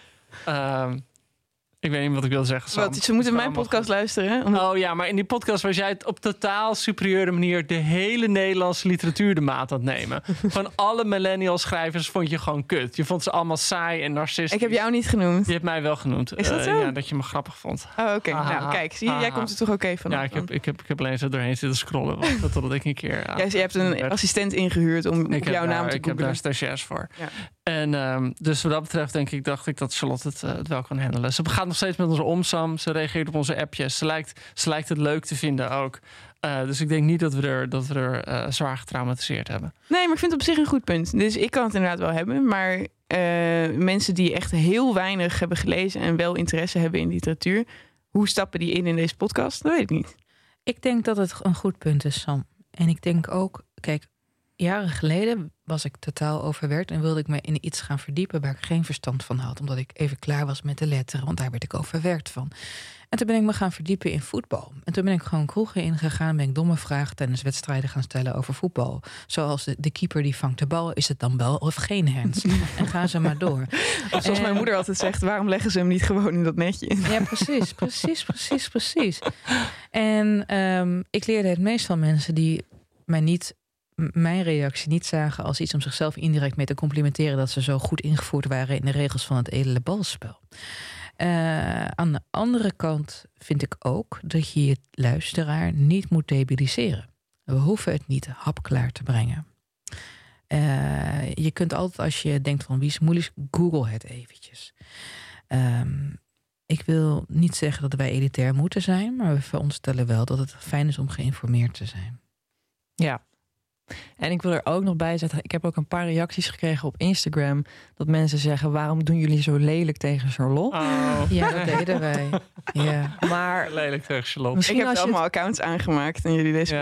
Ik weet niet wat ik wil zeggen, Sam. Ze moeten mijn podcast luisteren. Hè? Oh ja, maar in die podcast was jij op totaal superieure manier de hele Nederlandse literatuur de maat aan het nemen. Van alle millennial schrijvers vond je gewoon kut. Je vond ze allemaal saai en narcistisch. Ik heb jou niet genoed. Je hebt mij wel genoemd. Is dat zo? Ja, dat je me grappig vond. Oh, oké. Nou, kijk, zie je, jij komt er toch oké van. Ja, ik heb alleen zo doorheen zitten scrollen. Totdat ik een keer... je hebt een assistent ingehuurd om op jouw naam te googlen. Ik heb daar stagiairs voor. Ja. En dus wat dat betreft dacht ik dat Charlotte het wel kan handelen. Ze gaat nog steeds met ons om, Sam. Ze reageert op onze appjes. Ze lijkt het leuk te vinden ook. Dus ik denk niet dat we er zwaar getraumatiseerd hebben. Nee, maar ik vind het op zich een goed punt. Dus ik kan het inderdaad wel hebben. Maar mensen die echt heel weinig hebben gelezen en wel interesse hebben in literatuur. Hoe stappen die in deze podcast? Dat weet ik niet. Ik denk dat het een goed punt is, Sam. En ik denk ook, kijk, jaren geleden was ik totaal overwerkt en wilde ik me in iets gaan verdiepen waar ik geen verstand van had. Omdat ik even klaar was met de letteren, want daar werd ik overwerkt van. En toen ben ik me gaan verdiepen in voetbal. En toen ben ik gewoon kroegen ingegaan, ben ik domme vragen tijdens wedstrijden gaan stellen over voetbal. Zoals de keeper die vangt de bal, is het dan wel of geen hands? En gaan ze maar door. Of zoals mijn moeder altijd zegt, waarom leggen ze hem niet gewoon in dat netje? Ja, precies. En ik leerde het meest van mensen die mijn reactie niet zagen als iets om zichzelf indirect mee te complimenteren dat ze zo goed ingevoerd waren in de regels van het edele balspel. Aan de andere kant vind ik ook dat je je luisteraar niet moet debiliseren. We hoeven het niet hapklaar te brengen. Je kunt altijd, als je denkt van wie is moeilijk, Google het eventjes. Ik wil niet zeggen dat wij elitair moeten zijn, maar we veronderstellen wel dat het fijn is om geïnformeerd te zijn. Ja. En ik wil er ook nog bij zetten, ik heb ook een paar reacties gekregen op Instagram dat mensen zeggen, waarom doen jullie zo lelijk tegen Charlotte? Oh. Ja, dat deden wij. Ja. Maar lelijk tegen Charlotte. Ik heb allemaal accounts aangemaakt en jullie deze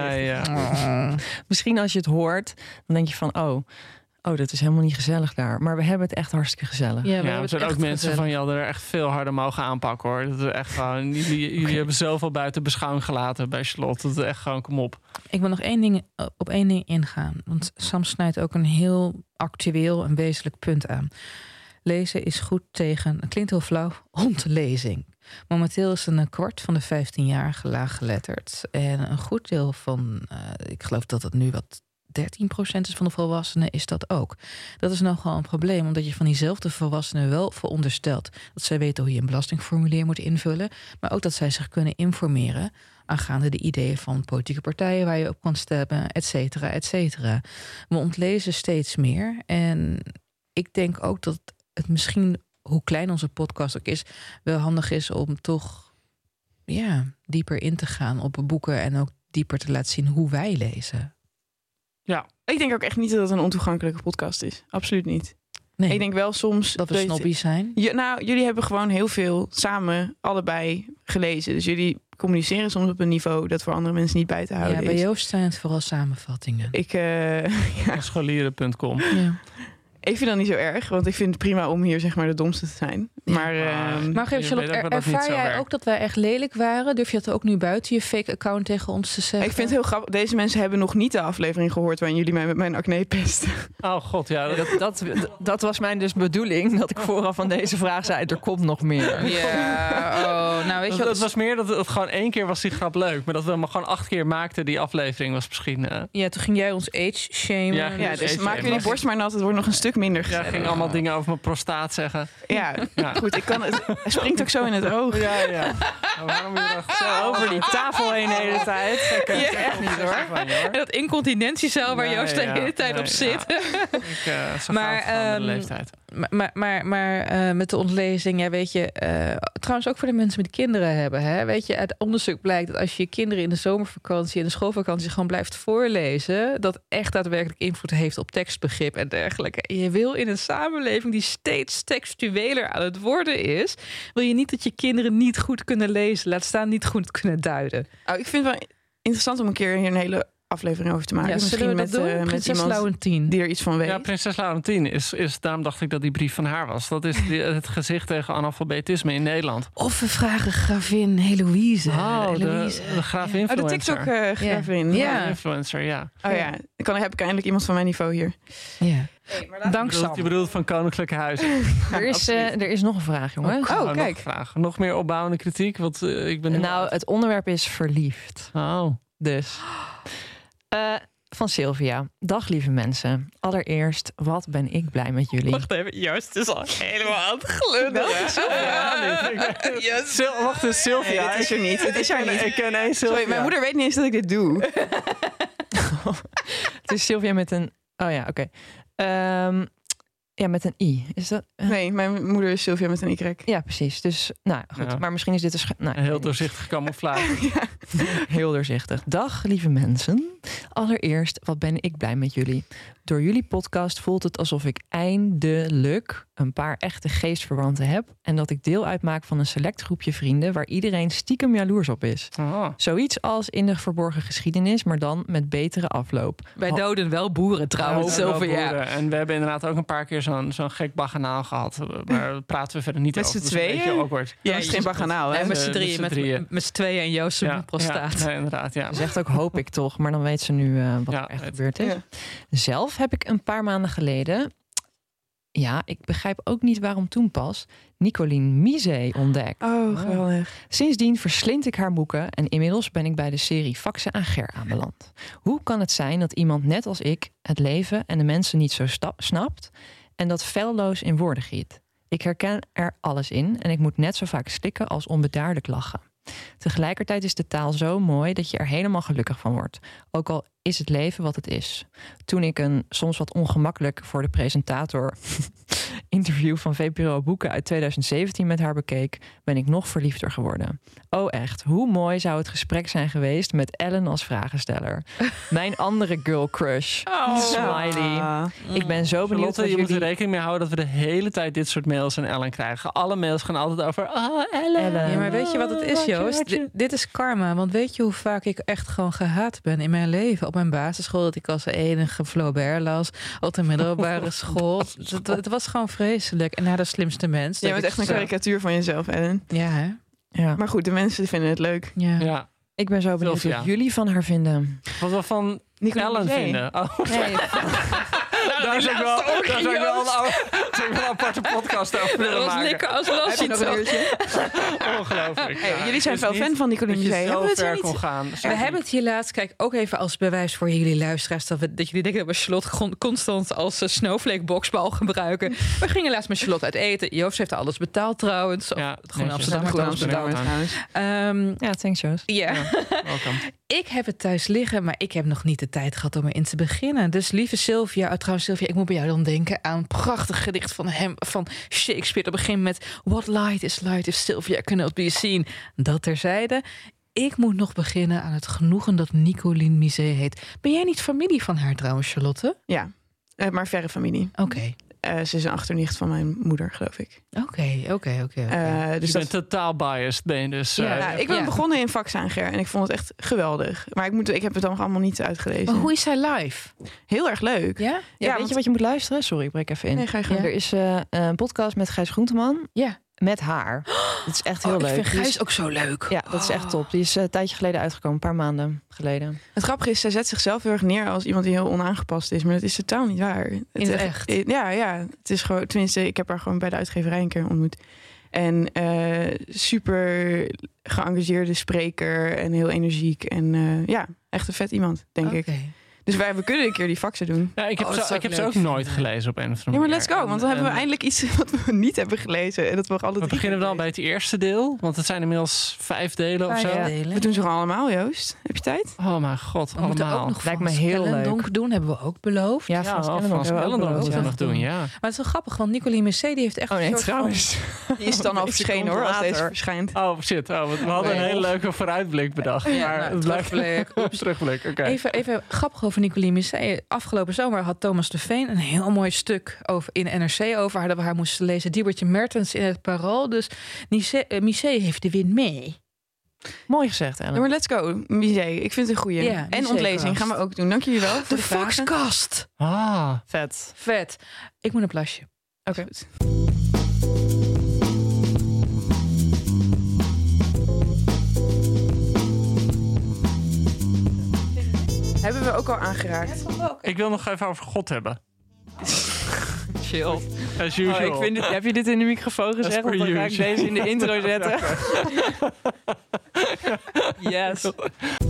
Misschien als je het hoort, dan denk je van, oh, dat is helemaal niet gezellig daar. Maar we hebben het echt hartstikke gezellig. Ja, er zijn ook mensen van, je hadden er echt veel harder mogen aanpakken, hoor. Dat is echt gewoon, jullie hebben zoveel buiten beschouwing gelaten bij Charlotte. Dat is echt gewoon, kom op. Ik wil nog op één ding ingaan. Want Sam snijdt ook een heel actueel en wezenlijk punt aan. Lezen is goed tegen, het klinkt heel flauw, ontlezing. Momenteel is een kwart van de 15-jarigen laaggeletterd. En een goed deel van, ik geloof dat het nu wat 13% is van de volwassenen, is dat ook. Dat is nogal een probleem, omdat je van diezelfde volwassenen wel veronderstelt dat zij weten hoe je een belastingformulier moet invullen, maar ook dat zij zich kunnen informeren aangaande de ideeën van politieke partijen waar je op kan stemmen, et cetera, et cetera. We ontlezen steeds meer en ik denk ook dat het misschien, hoe klein onze podcast ook is, wel handig is om toch dieper in te gaan op boeken en ook dieper te laten zien hoe wij lezen. Ja, ik denk ook echt niet dat het een ontoegankelijke podcast is. Absoluut niet. Nee, ik denk wel soms dat we snobbies zijn. Jullie hebben gewoon heel veel samen allebei gelezen. Dus jullie communiceren soms op een niveau dat voor andere mensen niet bij te houden is. Ja, bij Joost zijn het vooral samenvattingen. Scholieren.com. Ja. Ik vind dat niet zo erg, want ik vind het prima om hier zeg maar de domste te zijn. Maar Charlotte, ervaar jij ook dat wij echt lelijk waren? Durf je dat ook nu buiten je fake account tegen ons te zeggen? Ik vind het heel grappig. Deze mensen hebben nog niet de aflevering gehoord waarin jullie mij met mijn acne pesten. Oh god, ja. Dat was mijn dus bedoeling, dat ik vooraf van deze vraag zei, er komt nog meer. Ja, nou weet je wat? Het was meer dat het gewoon 1 keer was die grap leuk, maar dat we hem gewoon 8 keer maakten, die aflevering was misschien... Ja, toen ging jij ons age shamen. Ja, dus maak jullie borst maar nat, het wordt nog een stuk minder gezellig. Ja, ging allemaal dingen over mijn prostaat zeggen. Ja. Goed, het springt ook zo in het oog. Ja. Maar waarom je er zo over die tafel heen de hele tijd? Dat echt niet, hoor. En dat incontinentiecel waar Joost de hele tijd op zit. Maar van de leeftijd. Maar met de ontlezing, weet je, trouwens ook voor de mensen die kinderen hebben, hè, weet je, uit onderzoek blijkt dat als je je kinderen in de zomervakantie en de schoolvakantie gewoon blijft voorlezen, dat echt daadwerkelijk invloed heeft op tekstbegrip en dergelijke. Je wil in een samenleving die steeds textueler aan het worden is, wil je niet dat je kinderen niet goed kunnen lezen, laat staan niet goed kunnen duiden. Ik vind het wel interessant om een keer hier een hele aflevering over te maken. Ja, misschien met iemand Laurentien die er iets van weet. Ja, prinses Laurentien is daarom dacht ik dat die brief van haar was. Dat is het gezicht tegen analfabetisme in Nederland. Of we vragen gravin Heloïse. De graf-influencer. De TikTok-gravin. Ja. Influencer, ja. Oh ja, dan heb ik eindelijk iemand van mijn niveau hier. Ja. Dank Sam. Je bedoelt van Koninklijke Huis. Er is nog een vraag, jongens. Oh, kijk. Nog meer opbouwende kritiek? Want ik ben het onderwerp is verliefd. Oh. Dus... van Sylvia. Dag lieve mensen. Allereerst, wat ben ik blij met jullie. Wacht even, Joost is al helemaal aan het glunderen. Wacht eens, Sylvia. Nee, dit is er niet. Het is er niet. Ik ken één Sylvia. Sorry, mijn moeder weet niet eens dat ik dit doe. Het is Sylvia met een... Oh ja, oké. Ja, met een I. Is dat? Nee, mijn moeder is Sylvia met een Y. Ja, precies. Dus, nou goed. Ja. Maar misschien is dit een Heel doorzichtig camouflage. Heel doorzichtig. Dag, lieve mensen. Allereerst, wat ben ik blij met jullie. Door jullie podcast voelt het alsof ik eindelijk een paar echte geestverwanten heb. En dat ik deel uitmaak van een select groepje vrienden waar iedereen stiekem jaloers op is. Oh. Zoiets als in de verborgen geschiedenis, maar dan met betere afloop. Wij doden wel boeren trouwens. Sylvia. En we hebben inderdaad ook een paar keer zo'n gek baganaal gehad. Maar daar praten we verder niet Met over. z'n Dat is een tweeën? beetje awkward. Ja, is geen baganaal, hè? En met z'n Met z'n drieën. drieën. Met z'n tweeën en Joost met prostaat. Ja, nee, inderdaad, ja. Zegt ook hoop ik toch, maar dan weet ze nu wat Ja, er echt het- gebeurd is. Ja. Zelf heb ik een paar maanden geleden, ja, ik begrijp ook niet waarom toen pas, Nicoline Misé ontdekt. Oh, geweldig. Sindsdien verslind ik haar boeken en inmiddels ben ik bij de serie Faxe aan Ger aanbeland. Hoe kan het zijn dat iemand net als ik het leven en de mensen niet zo snapt en dat felloos in woorden giet? Ik herken er alles in en ik moet net zo vaak slikken als onbedaarlijk lachen. Tegelijkertijd is de taal zo mooi dat je er helemaal gelukkig van wordt. Ook al is het leven wat het is. Toen ik een soms wat ongemakkelijk voor de presentator interview van VPRO Boeken uit 2017 met haar bekeek, ben ik nog verliefder geworden. Oh echt, hoe mooi zou het gesprek zijn geweest met Ellen als vragensteller. Mijn andere girl crush. Smiley. Ik ben zo benieuwd Charlotte, wat je moet er jullie... rekening mee houden dat we de hele tijd dit soort mails en Ellen krijgen. Alle mails gaan altijd over Ellen. Ja, maar weet je wat het is, Joost? Dit is karma. Want weet je hoe vaak ik echt gewoon gehaat ben in mijn leven? Op mijn basisschool, dat ik als enige Flaubert las. Op de middelbare school. Het was gewoon vreselijk. En naar de slimste mens. Jij bent echt een karikatuur van jezelf, Ellen. Ja, hè? Ja. Maar goed, de mensen vinden het leuk. Ja. Ja, Ik ben zo benieuwd Sylvia. wat jullie van haar vinden. wat we van Nicoline Ellen Misé. vinden. Oh, Nee, daar zou ik wel een aparte podcast over willen maken. als Heb je nog een uurtje? Ongelooflijk. Hey, Ja, jullie zijn ik wel wist fan niet van Nicoline dat je Misé. zo Hebben we het ver er kon niet? gaan. We hebben het hier laatst, kijk, ook even als bewijs voor jullie luisteraars dat jullie denken dat we Charlotte constant als snowflake boxbal gebruiken. We gingen laatst met Charlotte uit eten. Joost heeft alles betaald trouwens. Of Ja, gewoon netjes. Amsterdam. Goed Amsterdam. Amsterdam trouwens. ja, thanks Joost. Ja. Welkom. Ik heb het thuis liggen, maar ik heb nog niet de tijd gehad om erin te beginnen. Dus lieve Sylvia, trouwens Sylvia, ik moet bij jou dan denken aan een prachtig gedicht van hem, van Shakespeare. Dat begint met What light is if Sylvia cannot be seen. Dat terzijde. Ik moet nog beginnen aan het genoegen dat Nicoline Misé heet. Ben jij niet familie van haar trouwens, Charlotte? Ja, maar verre familie. Oké. Ze is een achternicht van mijn moeder, geloof ik. Oké. Dus Je bent totaal biased, ben je dus. ja, ik ben Ja. begonnen in Faxe aan Ger en ik vond het echt geweldig. Maar ik heb het dan allemaal niet uitgelezen. Maar hoe is zij live? Heel erg leuk. Ja? Ja, weet want- je wat je moet luisteren? Sorry, ik breek even in. Nee, ga je gang. Er is een podcast met Gijs Groenteman Ja. met haar. Dat is echt heel Ik leuk. vind Die is- Gijs ook zo leuk. Ja, dat is echt top. Die is een tijdje geleden uitgekomen, een paar maanden geleden. Het grappige is, zij zet zichzelf heel erg neer als iemand die heel onaangepast is. Maar dat is totaal niet waar. In het echt? Ja. Het is gewoon, tenminste, ik heb haar gewoon bij de uitgeverij een keer ontmoet. En super geëngageerde spreker en heel energiek. En echt een vet iemand, denk ik. Oké. Dus we kunnen een keer die faxen doen. Ja, ik heb, Oh, dat zou ik heb ik ze leuk ook nooit vinden. gelezen op een of andere Ja, maar manier. let's go. Want dan hebben we eindelijk iets wat we niet hebben gelezen. En dat we alle We drie beginnen dan hebben bij het eerste deel, want het zijn inmiddels 5 delen of zo. gelezen. We doen ze gewoon allemaal, Joost. Heb je tijd? Oh mijn god, We moeten allemaal. ook nog Lijkt Frans me heel Kellendonk leuk. doen, hebben we ook beloofd. Ja, Ja, Frans Frans Kellendonk hebben we ook Kellendonk beloofd. moeten we nog doen, ja. Maar het is wel grappig, want Nicoline Misé die heeft echt Oh nee, een soort trouwens. Die is dan al verschenen hoor, als deze verschijnt. Oh shit, we hadden een hele leuke vooruitblik bedacht. Maar nou, het blijft terugblik. terugblik, oké. Even grappig over Nicoline Misé. Afgelopen zomer had Thomas de Veen een heel mooi stuk in NRC over haar, dat we haar moesten lezen. Diebertje Mertens in het Parool. Dus Misé heeft de win mee. Mooi gezegd, Ellen. Ja, maar let's go. Misé, ik vind het een goeie. Ja, en Misé ontlezing kast. gaan we ook doen. Dank jullie wel voor De de vragen. Foxcast. Ah, Vet. Vet. Ik moet een plasje. Oké. Goed. Hebben we ook al aangeraakt. ik wil nog even over God hebben. Chill. As usual. Heb je dit in de microfoon gezegd? per Want dan ga ik use. deze in de intro zetten. Yes. Dat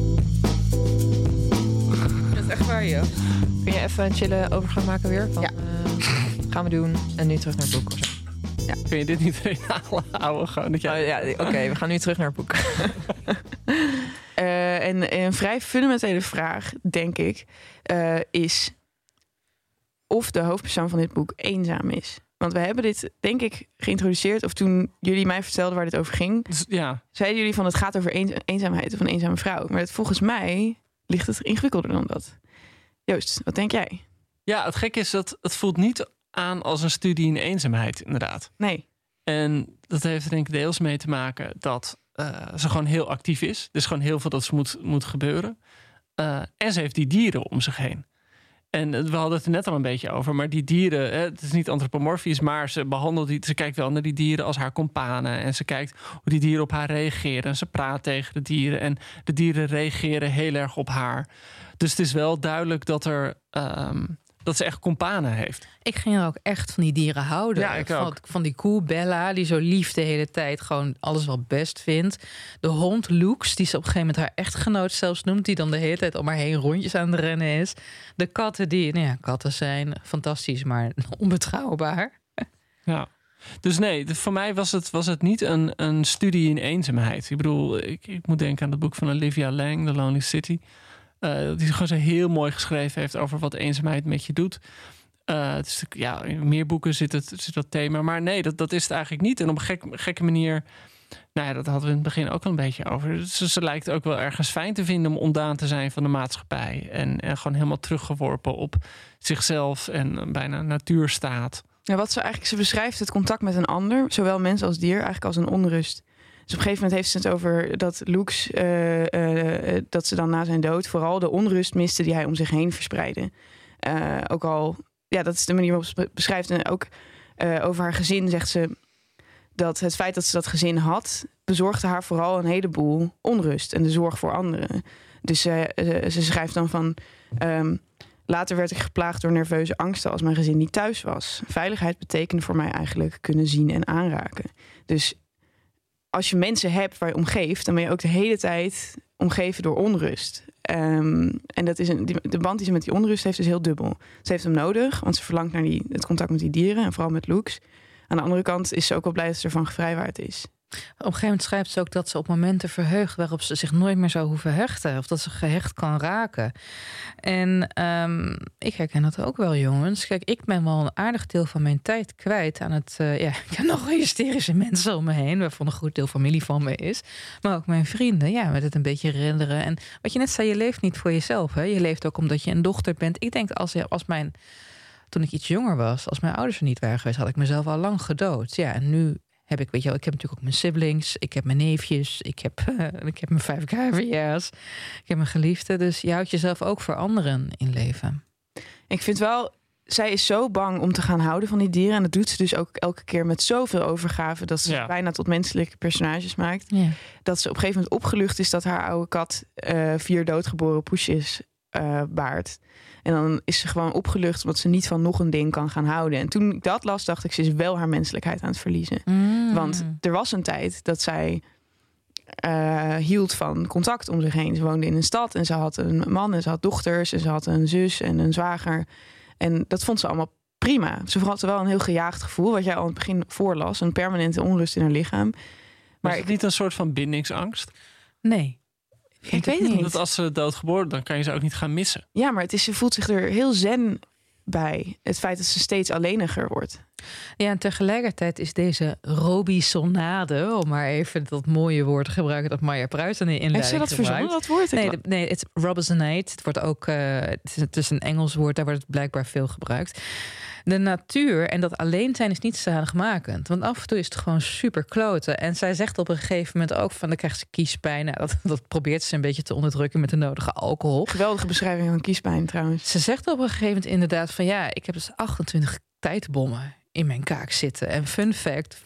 is echt waar, joh. Kun je even een chille overgang maken weer? Van, Ja. Gaan we doen. En nu terug naar het boek of zo. Kun je dit niet erin houden? Gewoon dat jij... Oh, ja, oké, we gaan nu terug naar het boek. En een vrij fundamentele vraag, denk ik, is... of de hoofdpersoon van dit boek eenzaam is. Want we hebben dit, denk ik, geïntroduceerd. Of toen jullie mij vertelden waar dit over ging. Dus, ja. Zeiden jullie van het gaat over eenzaamheid of een eenzame vrouw. Maar volgens mij ligt het ingewikkelder dan dat. Joost, wat denk jij? Ja, het gekke is dat het voelt niet aan als een studie in eenzaamheid, inderdaad. Nee. En dat heeft er denk ik deels mee te maken dat ze gewoon heel actief is. Er is gewoon heel veel dat ze moet gebeuren. En ze heeft die dieren om zich heen. En we hadden het er net al een beetje over. Maar die dieren, het is niet antropomorfisch, maar ze kijkt wel naar die dieren als haar companen. En ze kijkt hoe die dieren op haar reageren. En ze praat tegen de dieren. En de dieren reageren heel erg op haar. Dus het is wel duidelijk dat ze echt companen heeft. Ik ging er ook echt van die dieren houden. Ja, ik ook. Van die koe Bella, die zo lief de hele tijd gewoon alles wel best vindt. De hond Lux, die ze op een gegeven moment haar echtgenoot zelfs noemt, die dan de hele tijd om haar heen rondjes aan het rennen is. De katten katten zijn fantastisch, maar onbetrouwbaar. Ja. Dus nee, voor mij was het niet een studie in eenzaamheid. Ik bedoel, ik moet denken aan het boek van Olivia Lang, The Lonely City. Die gewoon zo heel mooi geschreven heeft over wat eenzaamheid met je doet. Het is, in meer boeken zit dat thema. Maar nee, dat is het eigenlijk niet. En op een gekke manier, nou ja, dat hadden we in het begin ook al een beetje over. Ze lijkt ook wel ergens fijn te vinden om ontdaan te zijn van de maatschappij. En gewoon helemaal teruggeworpen op zichzelf en bijna natuurstaat. Ja, ze beschrijft het contact met een ander, zowel mens als dier, eigenlijk als een onrust. Dus op een gegeven moment heeft ze het over dat Lux, dat ze dan na zijn dood vooral de onrust miste die hij om zich heen verspreidde. Ook al, ja, dat is de manier waarop ze het beschrijft. En ook over haar gezin zegt ze dat het feit dat ze dat gezin had, bezorgde haar vooral een heleboel onrust en de zorg voor anderen. Dus ze schrijft dan van, later werd ik geplaagd door nerveuze angsten als mijn gezin niet thuis was. Veiligheid betekende voor mij eigenlijk kunnen zien en aanraken. Dus als je mensen hebt waar je omgeeft, dan ben je ook de hele tijd omgeven door onrust. En dat is de band die ze met die onrust heeft is heel dubbel. Ze heeft hem nodig, want ze verlangt naar het contact met die dieren en vooral met Lux. Aan de andere kant is ze ook wel blij dat ze ervan gevrijwaard is. Op een gegeven moment schrijft ze ook dat ze op momenten verheugt waarop ze zich nooit meer zou hoeven hechten. Of dat ze gehecht kan raken. En ik herken dat ook wel, jongens. Kijk, ik ben wel een aardig deel van mijn tijd kwijt aan het... ik heb nog hysterische mensen om me heen, waarvan een goed deel familie van me is. Maar ook mijn vrienden, met het een beetje herinneren. En wat je net zei, je leeft niet voor jezelf. Hè? Je leeft ook omdat je een dochter bent. Ik denk toen ik iets jonger was, als mijn ouders er niet waren geweest, had ik mezelf al lang gedood. Ja, en nu heb ik, ik heb natuurlijk ook mijn siblings, ik heb mijn neefjes, ik heb mijn 5 KVA's, ik heb mijn geliefde. Dus je houdt jezelf ook voor anderen in leven. Ik vind wel, zij is zo bang om te gaan houden van die dieren. En dat doet ze dus ook elke keer met zoveel overgave, dat ze bijna tot menselijke personages maakt. Ja. Dat ze op een gegeven moment opgelucht is dat haar oude kat 4 doodgeboren poesjes baart. En dan is ze gewoon opgelucht omdat ze niet van nog een ding kan gaan houden. En toen ik dat las, dacht ik, ze is wel haar menselijkheid aan het verliezen. Want er was een tijd dat zij hield van contact om zich heen. Ze woonde in een stad en ze had een man en ze had dochters en ze had een zus en een zwager. En dat vond ze allemaal prima. Ze had wel een heel gejaagd gevoel, wat jij al aan het begin voorlas. Een permanente onrust in haar lichaam. Maar is het niet een soort van bindingsangst? Nee. Ik weet het niet. Dat als ze doodgeboren, dan kan je ze ook niet gaan missen. Ja, maar ze voelt zich er heel zen bij. Het feit dat ze steeds alleniger wordt. Ja, en tegelijkertijd is deze Robisonade, om maar even dat mooie woord te gebruiken dat Maya Pruis in de inleiding gebruikt. Heeft ze dat verzonnen, dat woord? Nee, het is Robisonade. Het wordt ook, het is een Engels woord, daar wordt het blijkbaar veel gebruikt. De natuur en dat alleen zijn is niet zaligmakend. Want af en toe is het gewoon super kloten. En zij zegt op een gegeven moment ook van, dan krijgt ze kiespijn. Nou, dat probeert ze een beetje te onderdrukken met de nodige alcohol. Geweldige beschrijving van kiespijn trouwens. Ze zegt op een gegeven moment inderdaad van, ik heb dus 28 tijdbommen in mijn kaak zitten. En fun fact.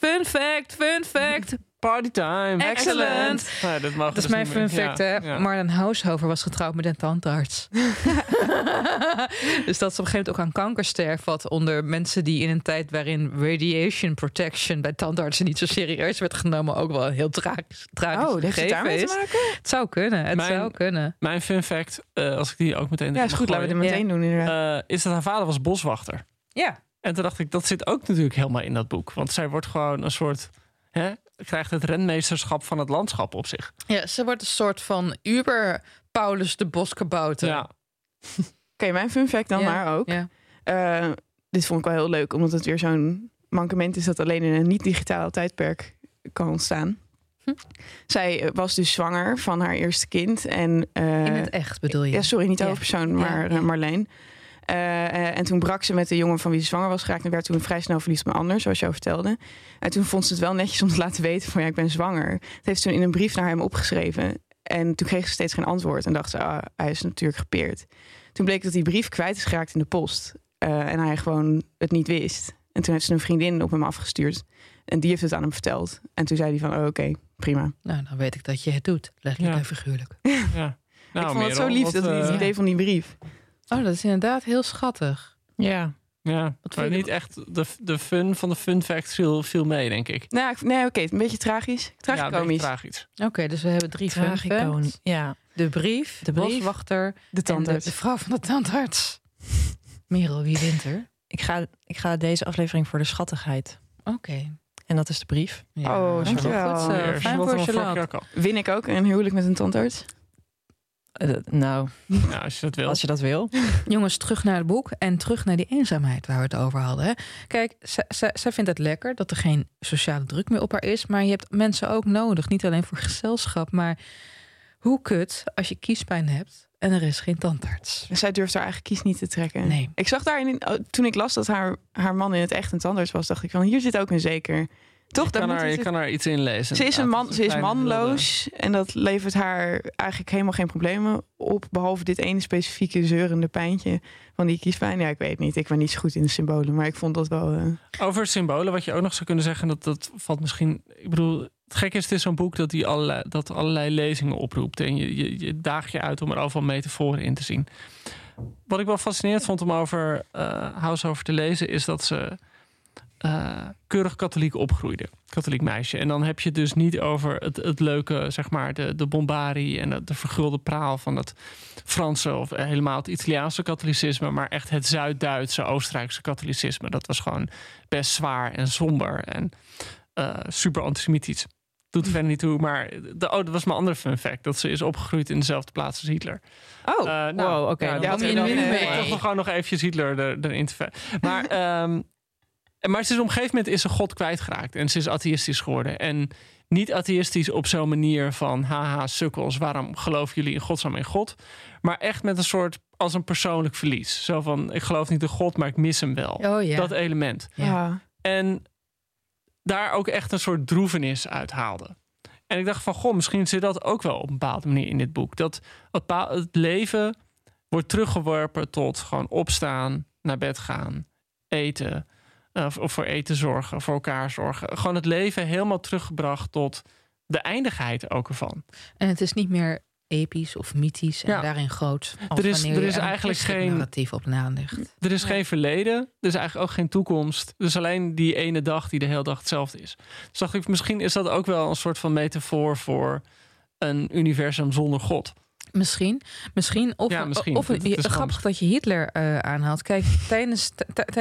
Party time. Excellent. Ja, dat is mijn fun fact, hè. Ja. Marlon Haushofer was getrouwd met een tandarts. Dus dat ze op een gegeven moment ook aan kanker sterft onder mensen die in een tijd waarin radiation protection bij tandartsen niet zo serieus werd genomen, ook wel een heel tragisch heeft het daarmee te maken? Het zou kunnen. Mijn fun fact, als ik die ook meteen is goed, laten we het meteen doen inderdaad. Is dat haar vader was boswachter. Ja. En toen dacht ik, dat zit ook natuurlijk helemaal in dat boek. Want zij wordt gewoon een soort, krijgt het renmeesterschap van het landschap op zich. Ja, ze wordt een soort van Uber Paulus de Boskabouter. Ja. Oké, mijn fun fact dan maar ook. Ja. Dit vond ik wel heel leuk, omdat het weer zo'n mankement is dat alleen in een niet-digitale tijdperk kan ontstaan. Zij was dus zwanger van haar eerste kind. En, in het echt bedoel je? Ja, sorry, niet de hoofdpersoon, maar Marleen. En toen brak ze met de jongen van wie ze zwanger was geraakt en werd toen vrij snel verliefd op een ander, zoals je al vertelde. En toen vond ze het wel netjes om te laten weten van ik ben zwanger. Dat heeft ze toen in een brief naar hem opgeschreven. En toen kreeg ze steeds geen antwoord en dacht ze, hij is natuurlijk gepeerd. Toen bleek dat die brief kwijt is geraakt in de post. En hij gewoon het niet wist. En toen heeft ze een vriendin op hem afgestuurd. En die heeft het aan hem verteld. En toen zei hij van, oké, prima. Nou, dan weet ik dat je het doet. Letterlijk en figuurlijk. Ja. Nou, ik vond het zo lief, dat het idee van die brief. Oh, dat is inderdaad heel schattig. Ja. Ja, maar niet echt de fun van de fun fact viel mee, denk ik. Nee, oké, een beetje tragisch. Tragicomisch. Tragisch. Oké, dus we hebben 3 fun facts. Ja. De brief, de boswachter, de tandarts. De vrouw van de tandarts. Merel, wie wint er? Ik ga deze aflevering voor de schattigheid. Oké. En dat is de brief. Ja, dankjewel. Goed zo. Fijn voor Charlotte. Win ik ook een huwelijk met een tandarts? Als je dat wil. Jongens, terug naar het boek en terug naar die eenzaamheid waar we het over hadden. Hè. Kijk, zij vindt het lekker dat er geen sociale druk meer op haar is. Maar je hebt mensen ook nodig. Niet alleen voor gezelschap, maar hoe kut als je kiespijn hebt en er is geen tandarts. Zij durft haar eigen kies niet te trekken. Nee. Ik zag daarin, toen ik las dat haar man in het echt een tandarts was, dacht ik van hier zit ook een zeker. Toch? Je kan haar iets inlezen. Ze is manloos en dat levert haar eigenlijk helemaal geen problemen op. Behalve dit ene specifieke zeurende pijntje van die kiespijn. Ja, ik weet niet. Ik ben niet zo goed in de symbolen, maar ik vond dat wel... Over symbolen, wat je ook nog zou kunnen zeggen, dat valt misschien... Ik bedoel, het gekke is, het is zo'n boek dat allerlei lezingen oproept. En je daagt je uit om er overal metaforen in te zien. Wat ik wel fascinerend vond om over House over te lezen, is dat ze keurig katholiek opgroeide. Katholiek meisje. En dan heb je het dus niet over het leuke, zeg maar, de bombarie en de vergulde praal van het Franse of helemaal het Italiaanse katholicisme, maar echt het Zuid-Duitse, Oostenrijkse katholicisme. Dat was gewoon best zwaar en somber en super antisemitisch. Doet verder niet toe, maar dat was mijn andere fun fact. Dat ze is opgegroeid in dezelfde plaats als Hitler. Wow, oké. Ja, toch gewoon nog eventjes Hitler erin te ver. Maar ze is op een gegeven moment is ze God kwijtgeraakt. En ze is atheïstisch geworden. En niet atheïstisch op zo'n manier van haha, sukkels, waarom geloven jullie in godsnaam in God? Maar echt met een soort, als een persoonlijk verlies. Zo van, ik geloof niet in God, maar ik mis hem wel. Oh, ja. Dat element. Ja. En daar ook echt een soort droevenis uit haalde. En ik dacht van, goh, misschien zit dat ook wel op een bepaalde manier in dit boek. Dat het leven wordt teruggeworpen tot gewoon opstaan, naar bed gaan, eten, of voor eten zorgen, voor elkaar zorgen. Gewoon het leven helemaal teruggebracht tot de eindigheid ook ervan. En het is niet meer episch of mythisch en daarin groot. Er is eigenlijk geen narratief op nadenkt. Er is geen verleden, er is eigenlijk ook geen toekomst. Dus alleen die ene dag die de hele dag hetzelfde is. Dus dacht ik, misschien is dat ook wel een soort van metafoor voor een universum zonder God. Misschien. Grappig dat je Hitler aanhaalt. Kijk, tijdens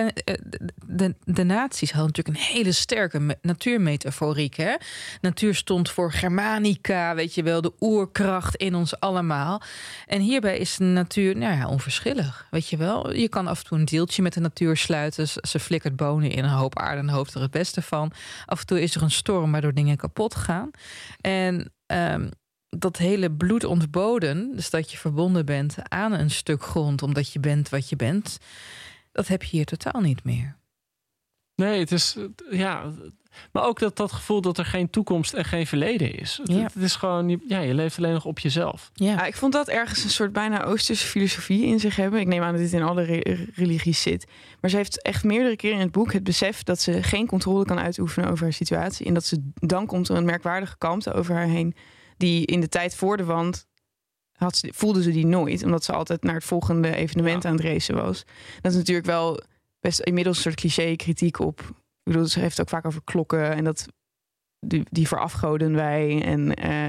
de nazi's hadden natuurlijk een hele sterke natuurmetaforiek. Hè? Natuur stond voor Germanica, weet je wel, de oerkracht in ons allemaal. En hierbij is de natuur onverschillig, weet je wel. Je kan af en toe een deeltje met de natuur sluiten. Ze flikkert bonen in een hoop aarde en hoopt er het beste van. Af en toe is er een storm waardoor dingen kapot gaan. En dat hele bloed ontboden, dus dat je verbonden bent aan een stuk grond omdat je bent wat je bent, dat heb je hier totaal niet meer. Nee, het is, maar ook dat gevoel dat er geen toekomst en geen verleden is. Het is gewoon, je leeft alleen nog op jezelf. Ja, ik vond dat ergens een soort bijna Oosterse filosofie in zich hebben. Ik neem aan dat dit in alle religies zit. Maar ze heeft echt meerdere keren in het boek het besef dat ze geen controle kan uitoefenen over haar situatie. En dat ze dan komt er een merkwaardige kalmte over haar heen, die in de tijd voor de wand voelde ze die nooit, omdat ze altijd naar het volgende evenement aan het racen was. Dat is natuurlijk wel best inmiddels een soort cliché kritiek op. Ik bedoel, ze heeft ook vaak over klokken en dat die verafgoden wij en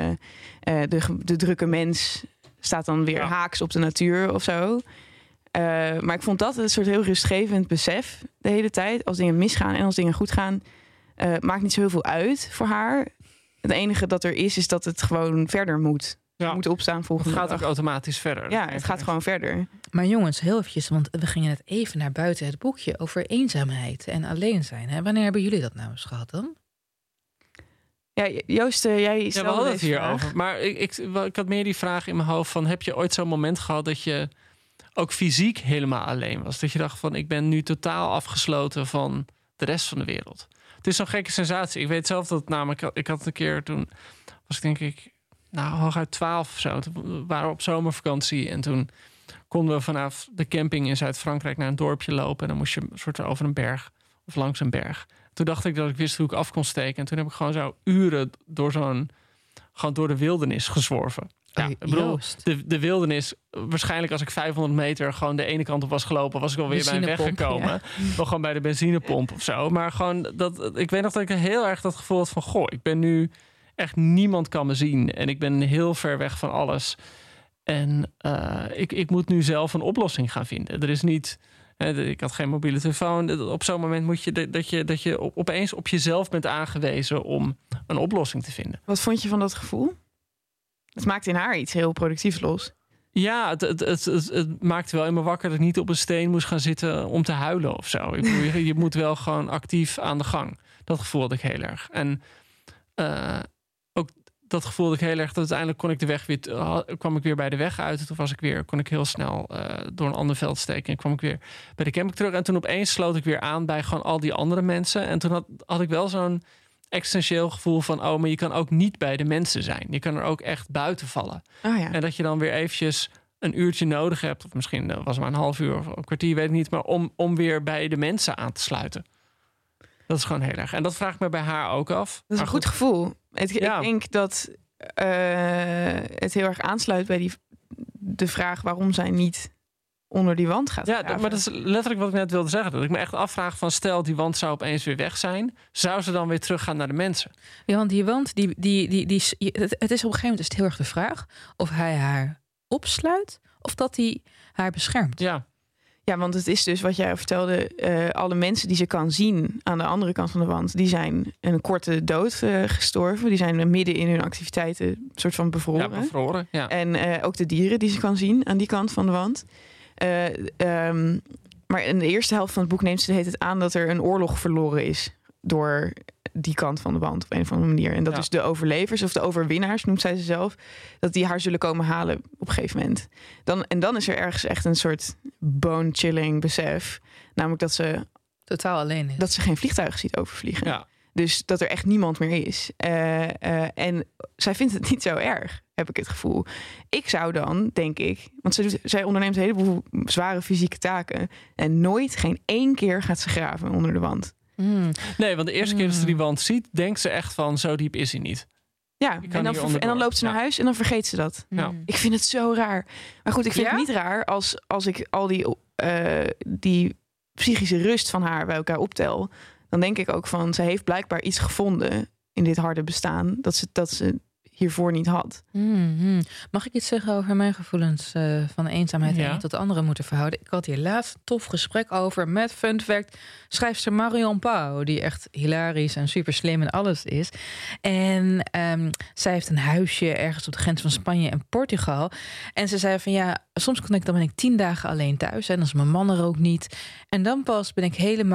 de drukke mens staat dan weer haaks op de natuur of zo. Maar ik vond dat een soort heel rustgevend besef de hele tijd. Als dingen misgaan en als dingen goed gaan, maakt niet zo heel veel uit voor haar. Het enige dat er is dat het gewoon verder moet. moeten opstaan volgende Het gaat dag. ook automatisch verder. Ja, het gaat gewoon verder. Maar jongens, heel eventjes, want we gingen net even naar buiten het boekje over eenzaamheid en alleen zijn. Hè? Wanneer hebben jullie dat nou eens gehad dan? Ja, Joost, jij Ja, stelde we hadden het deze vraag. hierover. Maar ik had meer die vraag in mijn hoofd van... heb je ooit zo'n moment gehad dat je ook fysiek helemaal alleen was? Dat je dacht van, ik ben nu totaal afgesloten van de rest van de wereld. Het is zo'n gekke sensatie. Ik weet zelf dat het namelijk... Ik had een keer toen... was ik denk ik... hooguit 12 of zo. Toen waren we op zomervakantie. En toen konden we vanaf de camping in Zuid-Frankrijk... naar een dorpje lopen. En dan moest je een soort over een berg... of langs een berg. Toen dacht ik dat ik wist hoe ik af kon steken. En toen heb ik gewoon zo uren gewoon door de wildernis gezworven. Ja, ik bedoel, de wildernis, waarschijnlijk als ik 500 meter gewoon de ene kant op was gelopen, was ik alweer bij een weg gekomen. Ja. Wel gewoon bij de benzinepomp of zo. Maar gewoon ik weet nog dat ik heel erg dat gevoel had van, goh, ik ben nu echt, niemand kan me zien. En ik ben heel ver weg van alles. En ik moet nu zelf een oplossing gaan vinden. Er is niet... Ik had geen mobiele telefoon. Op zo'n moment moet je dat je opeens op jezelf bent aangewezen om een oplossing te vinden. Wat vond je van dat gevoel? Het maakt in haar iets heel productiefs los. Ja, het maakte wel in me wakker dat ik niet op een steen moest gaan zitten om te huilen of zo. Ik bedoel, je moet wel gewoon actief aan de gang. Dat gevoel had ik heel erg. En ook dat gevoel had ik heel erg. Dat uiteindelijk kwam ik weer bij de weg uit. Toen kon ik heel snel door een ander veld steken. En kwam ik weer bij de camping terug. En toen opeens sloot ik weer aan bij gewoon al die andere mensen. En toen had ik wel zo'n existentieel gevoel van, maar je kan ook niet bij de mensen zijn. Je kan er ook echt buiten vallen. Oh ja. En dat je dan weer eventjes een uurtje nodig hebt. Of misschien was het maar een half uur of een kwartier, weet ik niet. Maar om weer bij de mensen aan te sluiten. Dat is gewoon heel erg. En dat vraag ik me bij haar ook af. Dat is een goed gevoel. Ik denk dat het heel erg aansluit bij de vraag waarom zij niet onder die wand gaat graven. Maar dat is letterlijk wat ik net wilde zeggen. Dat ik me echt afvraag van, stel die wand zou opeens weer weg zijn. Zou ze dan weer teruggaan naar de mensen? Ja, want die wand, het is op een gegeven moment is het heel erg de vraag of hij haar opsluit of dat hij haar beschermt. Ja, want het is dus wat jij vertelde. Alle mensen die ze kan zien aan de andere kant van de wand, die zijn een korte dood gestorven. Die zijn midden in hun activiteiten soort van bevroren. Ja, bevroren. Ja. En ook de dieren die ze kan zien aan die kant van de wand. Maar in de eerste helft van het boek neemt ze het aan dat er een oorlog verloren is door die kant van de wand op een of andere manier. En dat is de overlevers of de overwinnaars, noemt zij ze zelf, dat die haar zullen komen halen op een gegeven moment. Dan is er ergens echt een soort bone-chilling besef. Namelijk dat ze totaal alleen is. Dat ze geen vliegtuigen ziet overvliegen. Ja. Dus dat er echt niemand meer is. En zij vindt het niet zo erg, heb ik het gevoel. Ik zou dan, denk ik, want zij onderneemt een heleboel zware fysieke taken. En geen één keer gaat ze graven onder de wand. Nee, want de eerste keer dat ze die wand ziet, denkt ze echt van, zo diep is hij niet. Ja, en dan loopt ze naar huis en dan vergeet ze dat. Ja. Ik vind het zo raar. Maar goed, ik vind het niet raar als ik al die psychische rust van haar bij elkaar optel. Dan denk ik ook van, ze heeft blijkbaar iets gevonden in dit harde bestaan dat ze hiervoor niet had. Mag ik iets zeggen over mijn gevoelens van eenzaamheid en tot anderen moeten verhouden? Ik had hier laatst een tof gesprek over met fun fact schrijfster Marion Pauw, die echt hilarisch en super slim en alles is. En zij heeft een huisje ergens op de grens van Spanje en Portugal. En ze zei van soms ben ik 10 dagen alleen thuis en dan is mijn man er ook niet. En dan pas ben ik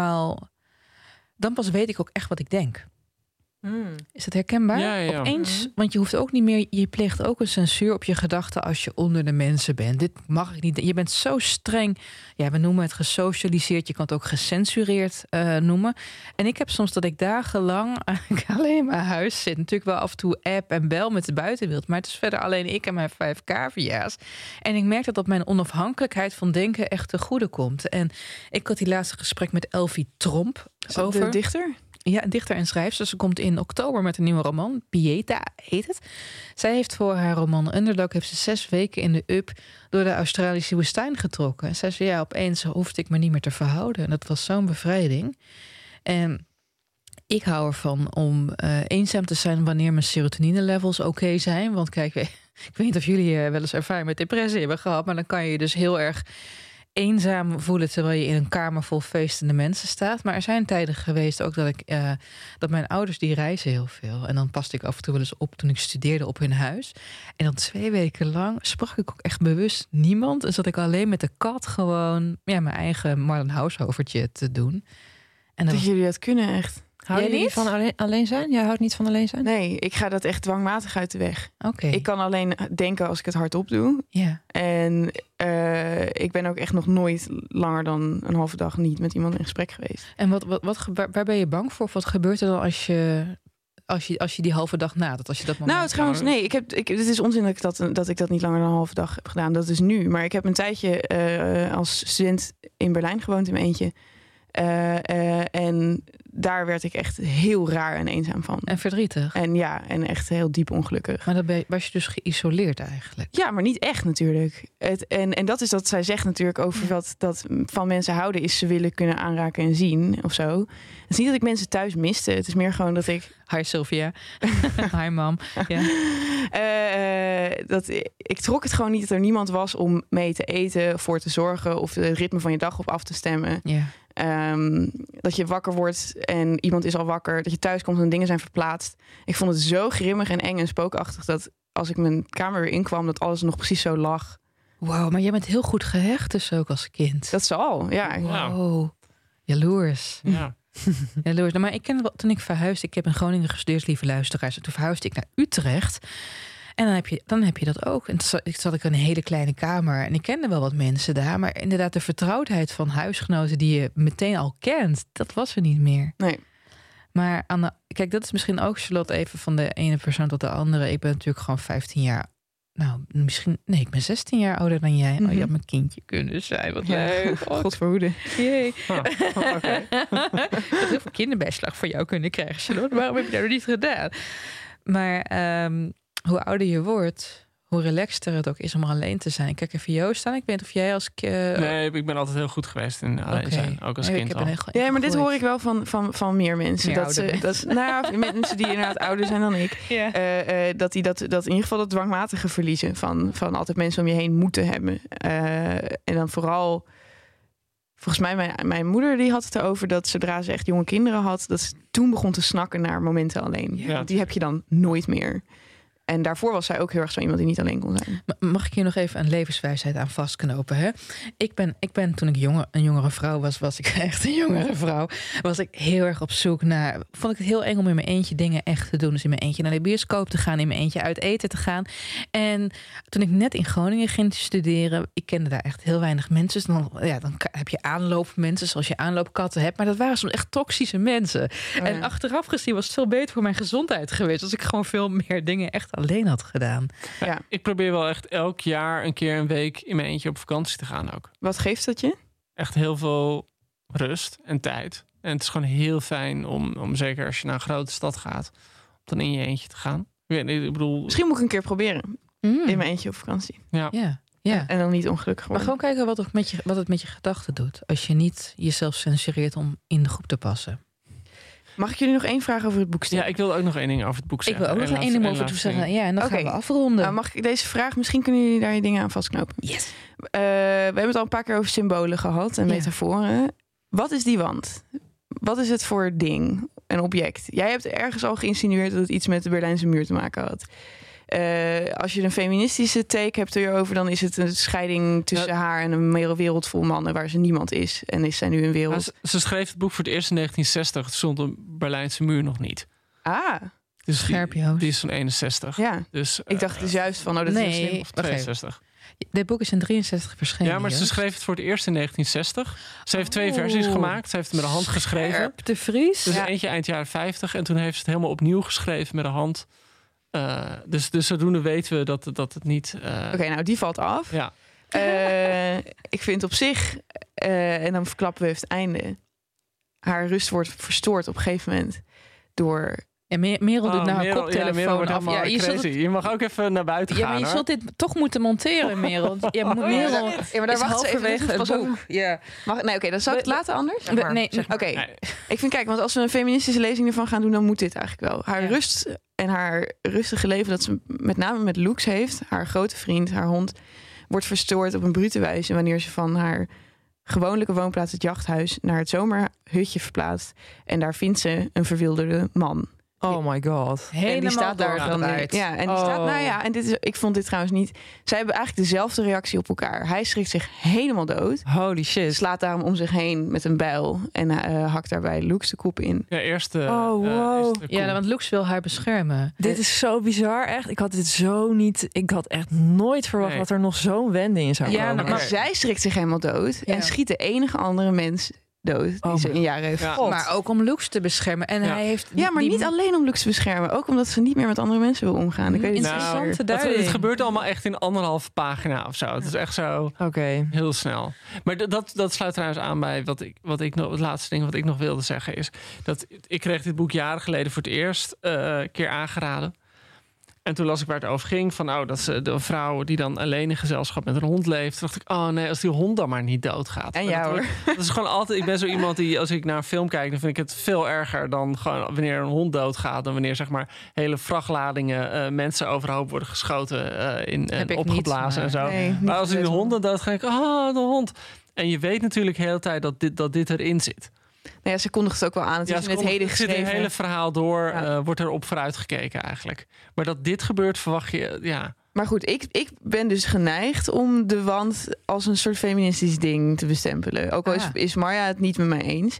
dan pas weet ik ook echt wat ik denk. Is dat herkenbaar? Ja. Opeens, want je hoeft ook niet meer, je pleegt ook een censuur op je gedachten als je onder de mensen bent. Dit mag ik niet. Je bent zo streng. Ja, we noemen het gesocialiseerd. Je kan het ook gecensureerd noemen. En ik heb soms dat ik dagenlang alleen in mijn huis zit. Natuurlijk wel af en toe app en bel met de buitenwereld. Maar het is verder alleen ik en mijn 5 cavia's. En ik merk dat mijn onafhankelijkheid van denken echt te goede komt. En ik had die laatste gesprek met Elfie Tromp over. De dichter? Ja, een dichter en schrijfster. Ze komt in oktober met een nieuwe roman. Pieta heet het. Zij heeft voor haar roman Underdog 6 weken in de up door de Australische woestijn getrokken. En zij zei, opeens hoefde ik me niet meer te verhouden. En dat was zo'n bevrijding. En ik hou ervan om eenzaam te zijn wanneer mijn serotonine levels oké zijn. Want kijk, ik weet niet of jullie wel eens ervaring met depressie hebben gehad, maar dan kan je dus heel erg eenzaam voelen terwijl je in een kamer vol feestende mensen staat. Maar er zijn tijden geweest ook dat mijn ouders die reizen heel veel. En dan paste ik af en toe wel eens op toen ik studeerde op hun huis. En dan 2 weken lang sprak ik ook echt bewust niemand. En zat ik alleen met de kat gewoon mijn eigen Marlon Haushofertje te doen. En Dat jullie dat kunnen echt. Hou je niet van alleen zijn? Jij houdt niet van alleen zijn? Nee, ik ga dat echt dwangmatig uit de weg. Oké. Ik kan alleen denken als ik het hardop doe. Ja. En ik ben ook echt nog nooit langer dan een halve dag niet met iemand in gesprek geweest. En waar ben je bang voor? Of wat gebeurt er dan als je die halve dag nadert? Als je dat moment... Nou, trouwens, nee. Het is onzin dat ik dat niet langer dan een halve dag heb gedaan. Dat is nu. Maar ik heb een tijdje als student in Berlijn gewoond in mijn eentje. En daar werd ik echt heel raar en eenzaam van. En verdrietig. En echt heel diep ongelukkig. Maar dan was je dus geïsoleerd eigenlijk. Ja, maar niet echt natuurlijk. En dat is wat zij zegt natuurlijk over wat dat van mensen houden is ze willen kunnen aanraken en zien of zo. Het is niet dat ik mensen thuis miste. Het is meer gewoon dat ik... Hi Sylvia. Hi mam. Ja. Ik trok het gewoon niet dat er niemand was om mee te eten, voor te zorgen of het ritme van je dag op af te stemmen. Ja. Dat je wakker wordt en iemand is al wakker. Dat je thuis komt en dingen zijn verplaatst. Ik vond het zo grimmig en eng en spookachtig dat als ik mijn kamer weer inkwam, dat alles nog precies zo lag. Wow, maar jij bent heel goed gehecht dus ook als kind. Dat zal, ja. Wow. Jaloers. Ja. Jaloers. Nou, maar ik ken toen ik verhuisde. Ik heb in Groningen gestudeerd, lieve luisteraars. En toen verhuisde ik naar Utrecht. En dan heb je dat ook. En toen zat ik in een hele kleine kamer. En ik kende wel wat mensen daar. Maar inderdaad, de vertrouwdheid van huisgenoten die je meteen al kent, dat was er niet meer. Nee. Maar kijk, dat is misschien ook, Charlotte, even van de ene persoon tot de andere. Ik ben natuurlijk gewoon 15 jaar. Nou, misschien... Nee, ik ben 16 jaar ouder dan jij. Oh, je had mijn kindje kunnen zijn. Wat leuk. God verhoede. Jee. Okay. Ik had heel veel kinderbijslag van jou kunnen krijgen, Charlotte. Waarom heb je dat nog niet gedaan? Maar hoe ouder je wordt, hoe relaxter het ook is om alleen te zijn. Kijk even Joost aan. Ik weet niet of jij als... Nee, ik ben altijd heel goed geweest in alleen zijn. Ook als kind al. Ja, maar dit hoor ik wel van meer mensen. Mensen die inderdaad ouder zijn dan ik. Ja. Dat in ieder geval dat dwangmatige verliezen. Van altijd mensen om je heen moeten hebben. En dan vooral... Volgens mij, mijn moeder die had het erover dat zodra ze echt jonge kinderen had, dat ze toen begon te snakken naar momenten alleen. Ja. Die heb je dan nooit meer. En daarvoor was zij ook heel erg zo iemand die niet alleen kon zijn. Mag ik hier nog even een levenswijsheid aan vastknopen? Hè? Ik ben toen ik een jongere vrouw was ik echt een jongere vrouw. Was ik heel erg op zoek naar... Vond ik het heel eng om in mijn eentje dingen echt te doen. Dus in mijn eentje naar de bioscoop te gaan. In mijn eentje uit eten te gaan. En toen ik net in Groningen ging studeren... Ik kende daar echt heel weinig mensen. Dus dan heb je aanloopmensen zoals je aanloopkatten hebt. Maar dat waren soms echt toxische mensen. Oh ja. En achteraf gezien was het veel beter voor mijn gezondheid geweest. Als ik gewoon veel meer dingen echt alleen had gedaan. Ja. Ik probeer wel echt elk jaar een keer een week in mijn eentje op vakantie te gaan ook. Wat geeft dat je? Echt heel veel rust en tijd. En het is gewoon heel fijn om zeker als je naar een grote stad gaat, om dan in je eentje te gaan. Ik bedoel... Misschien moet ik een keer proberen. In mijn eentje op vakantie. Ja. En dan niet ongelukkig worden. Maar gewoon kijken wat het met je gedachten doet. Als je niet jezelf censureert om in de groep te passen. Mag ik jullie nog 1 vraag over het boek stellen? Ja, ik wil ook nog 1 ding over het boek zeggen. Ik wil ook nog 1 ding over het boek zeggen. Ja, en dan gaan we afronden. Mag ik deze vraag? Misschien kunnen jullie daar je dingen aan vastknopen. Yes. We hebben het al een paar keer over symbolen gehad en metaforen. Wat is die wand? Wat is het voor ding? Een object? Jij hebt ergens al geïnsinueerd dat het iets met de Berlijnse muur te maken had. Als je een feministische take hebt erover, dan is het een scheiding tussen haar en een wereld vol mannen waar ze niemand is. En is zij nu een wereld. Nou, ze schreef het boek voor het eerst in 1960. Het stond de Berlijnse muur nog niet. Ah. Dus scherp, Joost. Die is van 61. Ja. Dus, ik dacht dus juist van, dat is slim. Of 62. Dit boek is in 63 verschenen. Ja, maar ze schreef het voor het eerst in 1960. Ze heeft 2 versies gemaakt. Ze heeft het met de hand geschreven. De Vries. Dus eentje eind jaren 50. En toen heeft ze het helemaal opnieuw geschreven met de hand. Dus zodoende weten we dat het niet... Oké, nou die valt af. Ja. Ik vind op zich, en dan verklappen we even het einde, haar rust wordt verstoord op een gegeven moment door... Ja, Merel doet nou haar koptelefoon af. Ja, je mag ook even naar buiten gaan. Ja, maar je zult dit toch moeten monteren, Merel. Merel maar daar wacht halverwege het boek. Ja. Oké, dan zal ik het laten anders? Nee. Oké. Ik vind, kijk, want als we een feministische lezing ervan gaan doen, dan moet dit eigenlijk wel. Haar rust en haar rustige leven, dat ze met name met Lux heeft, haar grote vriend, haar hond, wordt verstoord op een brute wijze wanneer ze van haar gewone woonplaats, het jachthuis, naar het zomerhutje verplaatst. En daar vindt ze een verwilderde man. Oh my god. Helemaal en die staat daar dan uit. Ja, en die staat, nou ja, en ik vond dit trouwens niet. Zij hebben eigenlijk dezelfde reactie op elkaar. Hij schrikt zich helemaal dood. Holy shit. Slaat daarom om zich heen met een bijl en hakt daarbij Luke's de kop in. Ja, eerst wow. Ja, want Lux wil haar beschermen. Dit is zo bizar, echt. Ik had dit zo niet... Ik had echt nooit verwacht dat er nog zo'n wende in zou komen. Ja, maar zij schrikt zich helemaal dood en schiet de enige andere mens dood die ze in jaren heeft gehad. Maar ook om Lux te beschermen. En hij heeft maar niet alleen om Lux te beschermen. Ook omdat ze niet meer met andere mensen wil omgaan. Ik weet het interessante duiding. Het gebeurt allemaal echt in 1,5 pagina of zo. Het is echt zo heel snel. Maar dat sluit trouwens aan bij wat ik nog, het laatste ding wat ik nog wilde zeggen is dat ik kreeg dit boek jaren geleden voor het eerst keer aangeraden. En toen las ik waar het over ging. Van dat ze de vrouw die dan alleen in gezelschap met een hond leeft. Dacht ik, oh nee, als die hond dan maar niet doodgaat. En ja hoor. Dat is gewoon altijd. Ik ben zo iemand die, als ik naar een film kijk, dan vind ik het veel erger dan gewoon wanneer een hond doodgaat. Dan wanneer zeg maar hele vrachtladingen mensen overhoop worden geschoten en opgeblazen en zo. Nee, maar als die de hond dan doodgaat, denk ik, de hond. En je weet natuurlijk de hele tijd dat dit erin zit. Nou ja, ze kondigt het ook wel aan. Het is in het heden geschreven. Het hele verhaal door wordt erop vooruit gekeken eigenlijk. Maar dat dit gebeurt, verwacht je, ja. Maar goed, ik ben dus geneigd om de wand als een soort feministisch ding te bestempelen. Ook al is Marja het niet met mij eens.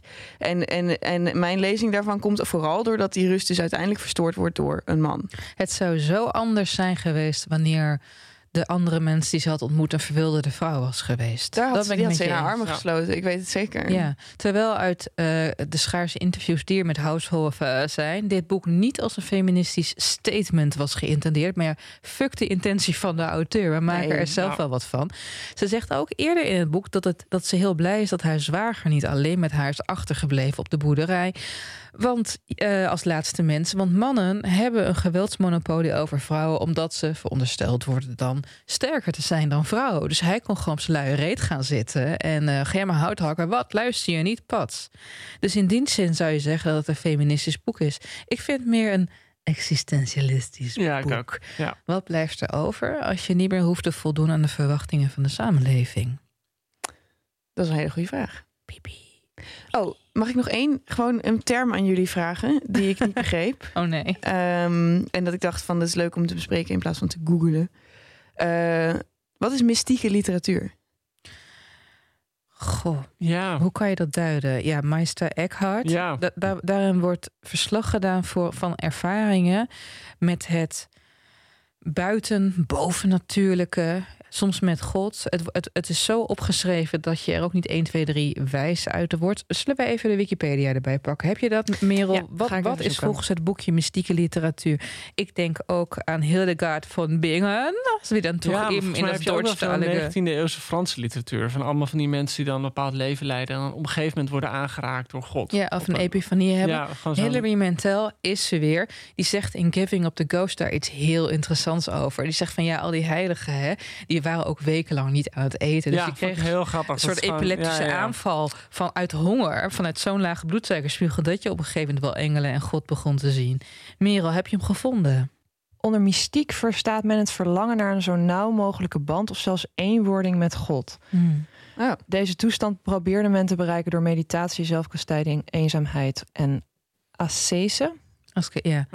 En mijn lezing daarvan komt vooral doordat die rust dus uiteindelijk verstoord wordt door een man. Het zou zo anders zijn geweest wanneer de andere mens die ze had ontmoet een verwilderde vrouw was geweest. Daar had dat ze in haar armen gesloten. Ik weet het zeker. Ja, terwijl uit de schaarse interviews die er met Haushofer zijn, dit boek niet als een feministisch statement was geïntendeerd, maar fuck de intentie van de auteur. We maken er zelf wel wat van. Ze zegt ook eerder in het boek dat ze heel blij is dat haar zwager niet alleen met haar is achtergebleven op de boerderij. Want als laatste mensen, want mannen hebben een geweldsmonopolie over vrouwen, omdat ze verondersteld worden dan sterker te zijn dan vrouwen. Dus hij kon gewoon op zijn luie reet gaan zitten en ga maar hout hakken. Wat, luister je niet, pats. Dus in die zin zou je zeggen dat het een feministisch boek is. Ik vind het meer een existentialistisch boek. Ja. Wat blijft er over als je niet meer hoeft te voldoen aan de verwachtingen van de samenleving? Dat is een hele goede vraag. Pipi. Oh, mag ik nog gewoon een term aan jullie vragen die ik niet begreep? Oh nee. En dat ik dacht van, dat is leuk om te bespreken in plaats van te googlen. Wat is mystieke literatuur? Goh, ja. Hoe kan je dat duiden? Ja, Meister Eckhart. Ja. Daarin wordt verslag gedaan van ervaringen met het bovennatuurlijke, soms met God. Het is zo opgeschreven dat je er ook niet 1, 2, 3 wijs uit wordt. Zullen wij even de Wikipedia erbij pakken? Heb je dat, Merel? Ja, wat is volgens het boekje mystieke literatuur? Ik denk ook aan Hildegard von Bingen. Als we dan toch in het Duits-talige 19e eeuwse Franse literatuur. Van allemaal van die mensen die dan een bepaald leven leiden en dan op een gegeven moment worden aangeraakt door God. Ja, of een epifanie hebben. Ja, Hilary Mantel is ze weer. Die zegt in Giving Up the Ghost daar iets heel interessants over. Die zegt van die heiligen, die waren ook wekenlang niet aan het eten. Dus die kregen heel grappig. Een soort epileptische aanval uit honger, vanuit zo'n lage bloedsuikerspiegel, dat je op een gegeven moment wel engelen en God begon te zien. Merel, heb je hem gevonden? Onder mystiek verstaat men het verlangen naar een zo nauw mogelijke band of zelfs eenwording met God. Oh. Deze toestand probeerde men te bereiken door meditatie, zelfkastijding, eenzaamheid en ascese. Ja.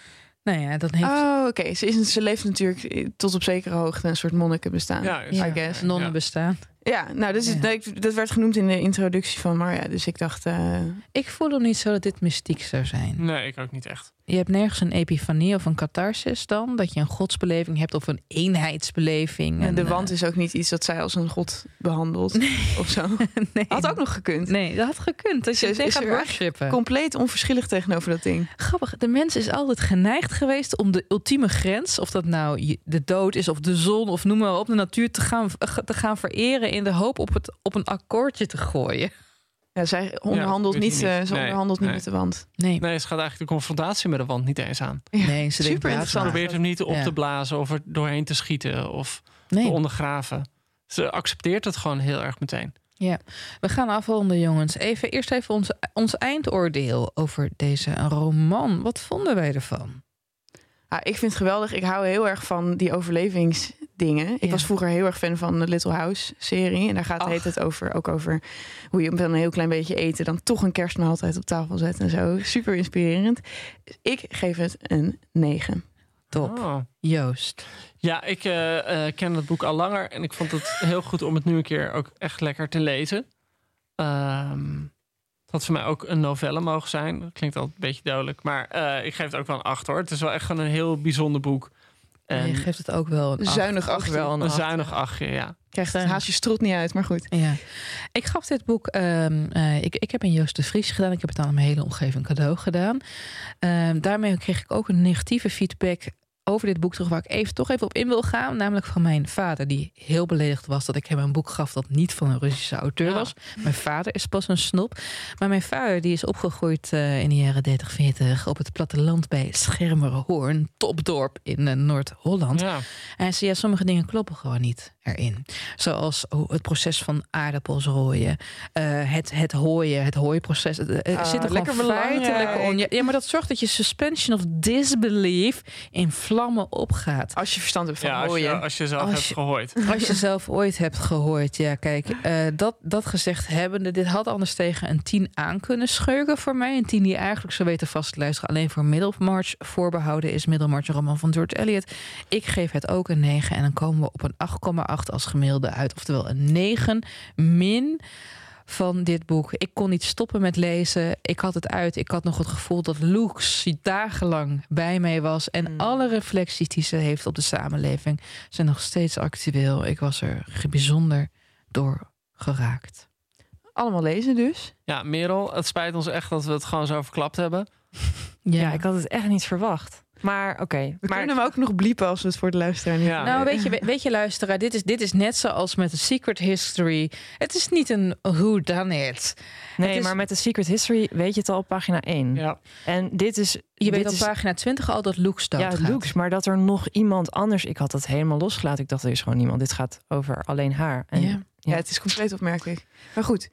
Nou ja, dat heeft... Oh, oké. Ze leeft natuurlijk tot op zekere hoogte een soort monnikenbestaan. Ja, I guess. Nonnenbestaan. Ja, nou, dat werd genoemd in de introductie van Marja. Dus ik dacht... Ik voel hem niet zo dat dit mystiek zou zijn. Nee, ik ook niet echt. Je hebt nergens een epifanie of een catharsis dan? Dat je een godsbeleving hebt of een eenheidsbeleving. En de wand is ook niet iets dat zij als een god behandelt. Of zo. Nee. Had ook nog gekund. Nee, dat had gekund. Dat je het gaat worshipen. Compleet onverschillig tegenover dat ding. Grappig, de mens is altijd geneigd geweest om de ultieme grens, of dat nou de dood is of de zon of noem maar op, de natuur te gaan vereren in de hoop op een akkoordje te gooien. Ja, zij onderhandelt niet met de wand. Nee, ze gaat eigenlijk de confrontatie met de wand niet eens aan. Ja, nee, ze super interessant. Ze probeert hem niet op te blazen of er doorheen te schieten of te ondergraven. Ze accepteert het gewoon heel erg meteen. Ja, we gaan afronden, jongens. Eerst even ons eindoordeel over deze roman. Wat vonden wij ervan? Ik vind het geweldig. Ik hou heel erg van die overlevingsdingen dingen. Ik Ja. was vroeger heel erg fan van de Little House-serie. En daar heet het ook over hoe je met een heel klein beetje eten dan toch een kerstmaaltijd op tafel zet en zo. Super inspirerend. Dus ik geef het een 9. Top. Oh. Joost. Ja, ik ken het boek al langer. En ik vond het heel goed om het nu een keer ook echt lekker te lezen. Het had voor mij ook een novelle mogen zijn. Dat klinkt altijd een beetje dodelijk. Maar ik geef het ook wel een 8 hoor. Het is wel echt gewoon een heel bijzonder boek. En Je geeft het ook wel een 8. Zuinig 8 wel. een zuinig 8, ja. Krijgt het haast je strot niet uit, maar goed. Ja. Ik gaf dit boek... ik heb een Joost de Vries gedaan. Ik heb het aan mijn hele omgeving cadeau gedaan. Daarmee kreeg ik ook een negatieve feedback over dit boek terug, waar ik toch even op in wil gaan. Namelijk van mijn vader, die heel beledigd was dat ik hem een boek gaf dat niet van een Russische auteur was. Mijn vader is pas een snop. Maar mijn vader die is opgegroeid in de jaren 30, 40 op het platteland bij Schermerhorn, topdorp in Noord-Holland. Ja. En hij zei, sommige dingen kloppen gewoon niet erin. Zoals het proces van aardappels rooien. Het hooiproces. Er zit er lekker gewoon feitelijke on. Ja, maar dat zorgt dat je suspension of disbelief in vlammen opgaat. Als je verstand hebt van Ja, hooien. als je zelf hebt gehoord. Als je zelf ooit hebt gehoord. Ja, kijk, dat gezegd hebbende, dit had anders tegen een 10 aan kunnen schurken voor mij. Een 10 die eigenlijk, zo weten vast te luisteren, alleen voor Middlemarch voorbehouden is. Middlemarch, een roman van George Eliot. Ik geef het ook een 9 en dan komen we op een 8,8 als gemiddelde uit. Oftewel een 9 min van dit boek. Ik kon niet stoppen met lezen. Ik had het uit. Ik had nog het gevoel dat Lux dagenlang bij mij was. En alle reflecties die ze heeft op de samenleving zijn nog steeds actueel. Ik was er bijzonder door geraakt. Allemaal lezen dus. Ja, Merel, het spijt ons echt dat we het gewoon zo verklapt hebben. Ja, ik had het echt niet verwacht. Maar oké. We kunnen hem ook nog bliepen als we het voor de luisteraar niet. Ja. Nou, weet je luisteraar, dit is net zoals met The Secret History. Het is niet een whodunit. Nee, Het is- maar met de Secret History weet je het al op pagina 1. Ja. En dit is... Je weet dit op is- pagina 20 al dat Lux doodgaat. Ja, Lux, maar dat er nog iemand anders... Ik had dat helemaal losgelaten. Ik dacht, er is gewoon niemand. Dit gaat over alleen haar. En Ja. Ja, het is compleet opmerkelijk. Maar goed.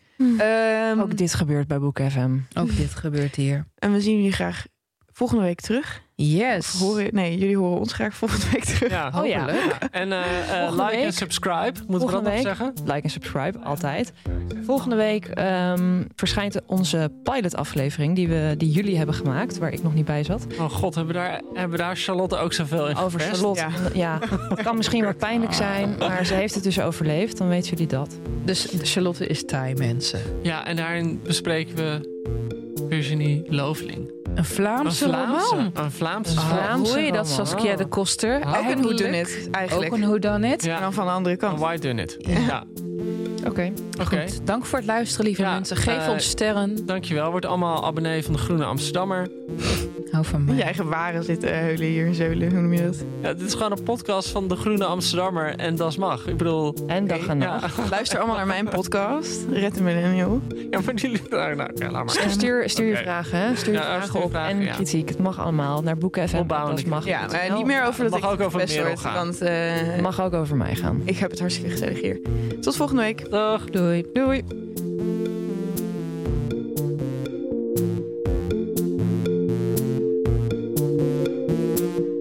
ook dit gebeurt bij Boek FM. Ook dit gebeurt hier. En we zien jullie graag volgende week terug. Yes. Jullie horen ons graag volgende week terug. Ja. Oh ja. En Volgende like en week- subscribe. Moeten we Volgende dat nog week- zeggen? Like en subscribe, altijd. Volgende week verschijnt onze pilot-aflevering die jullie hebben gemaakt, waar ik nog niet bij zat. Oh god, hebben we daar Charlotte ook zoveel in Over geperst? Charlotte. Ja, het kan misschien wel pijnlijk zijn, maar ze heeft het dus overleefd. Dan weten jullie dat. Dus Charlotte is Thai, mensen. Ja, en daarin bespreken we Virginie Loveling. Een Vlaamse roman. Een Vlaamse Hoor je dat, roman. Saskia de Koster? Ook een Eindelijk. whodunit eigenlijk. Ook een whodunit. Ja. Maar dan van de andere kant. Why done it? Ja. Oké. Oké. Goed, dank voor het luisteren, lieve Ja, mensen. Geef ons sterren. Dankjewel. Word allemaal abonnee van de Groene Amsterdammer. Hou van In mij. je eigen waren zitten heulen hier in Zeulen. Hoe noem je dat? Ja, dit is gewoon een podcast van de Groene Amsterdammer en Das Mag. Ik bedoel... En dag en Ja, nacht. Luister allemaal naar mijn podcast. Red de Millennial. ja, maar jullie... Nou, ja, laat maar. En stuur je Oké. vragen, hè? Stuur je Ja, vragen stuur op vragen, en ja. kritiek. Het mag allemaal naar Boeken FM. Opbouwende Dat mag. Ja, maar niet meer over dat mag ik ook over gepest Merel word. gaan. Want Het mag ook over mij gaan. ik heb het hartstikke gezellig hier. Tot volgende week. Dag. Doei. Doei.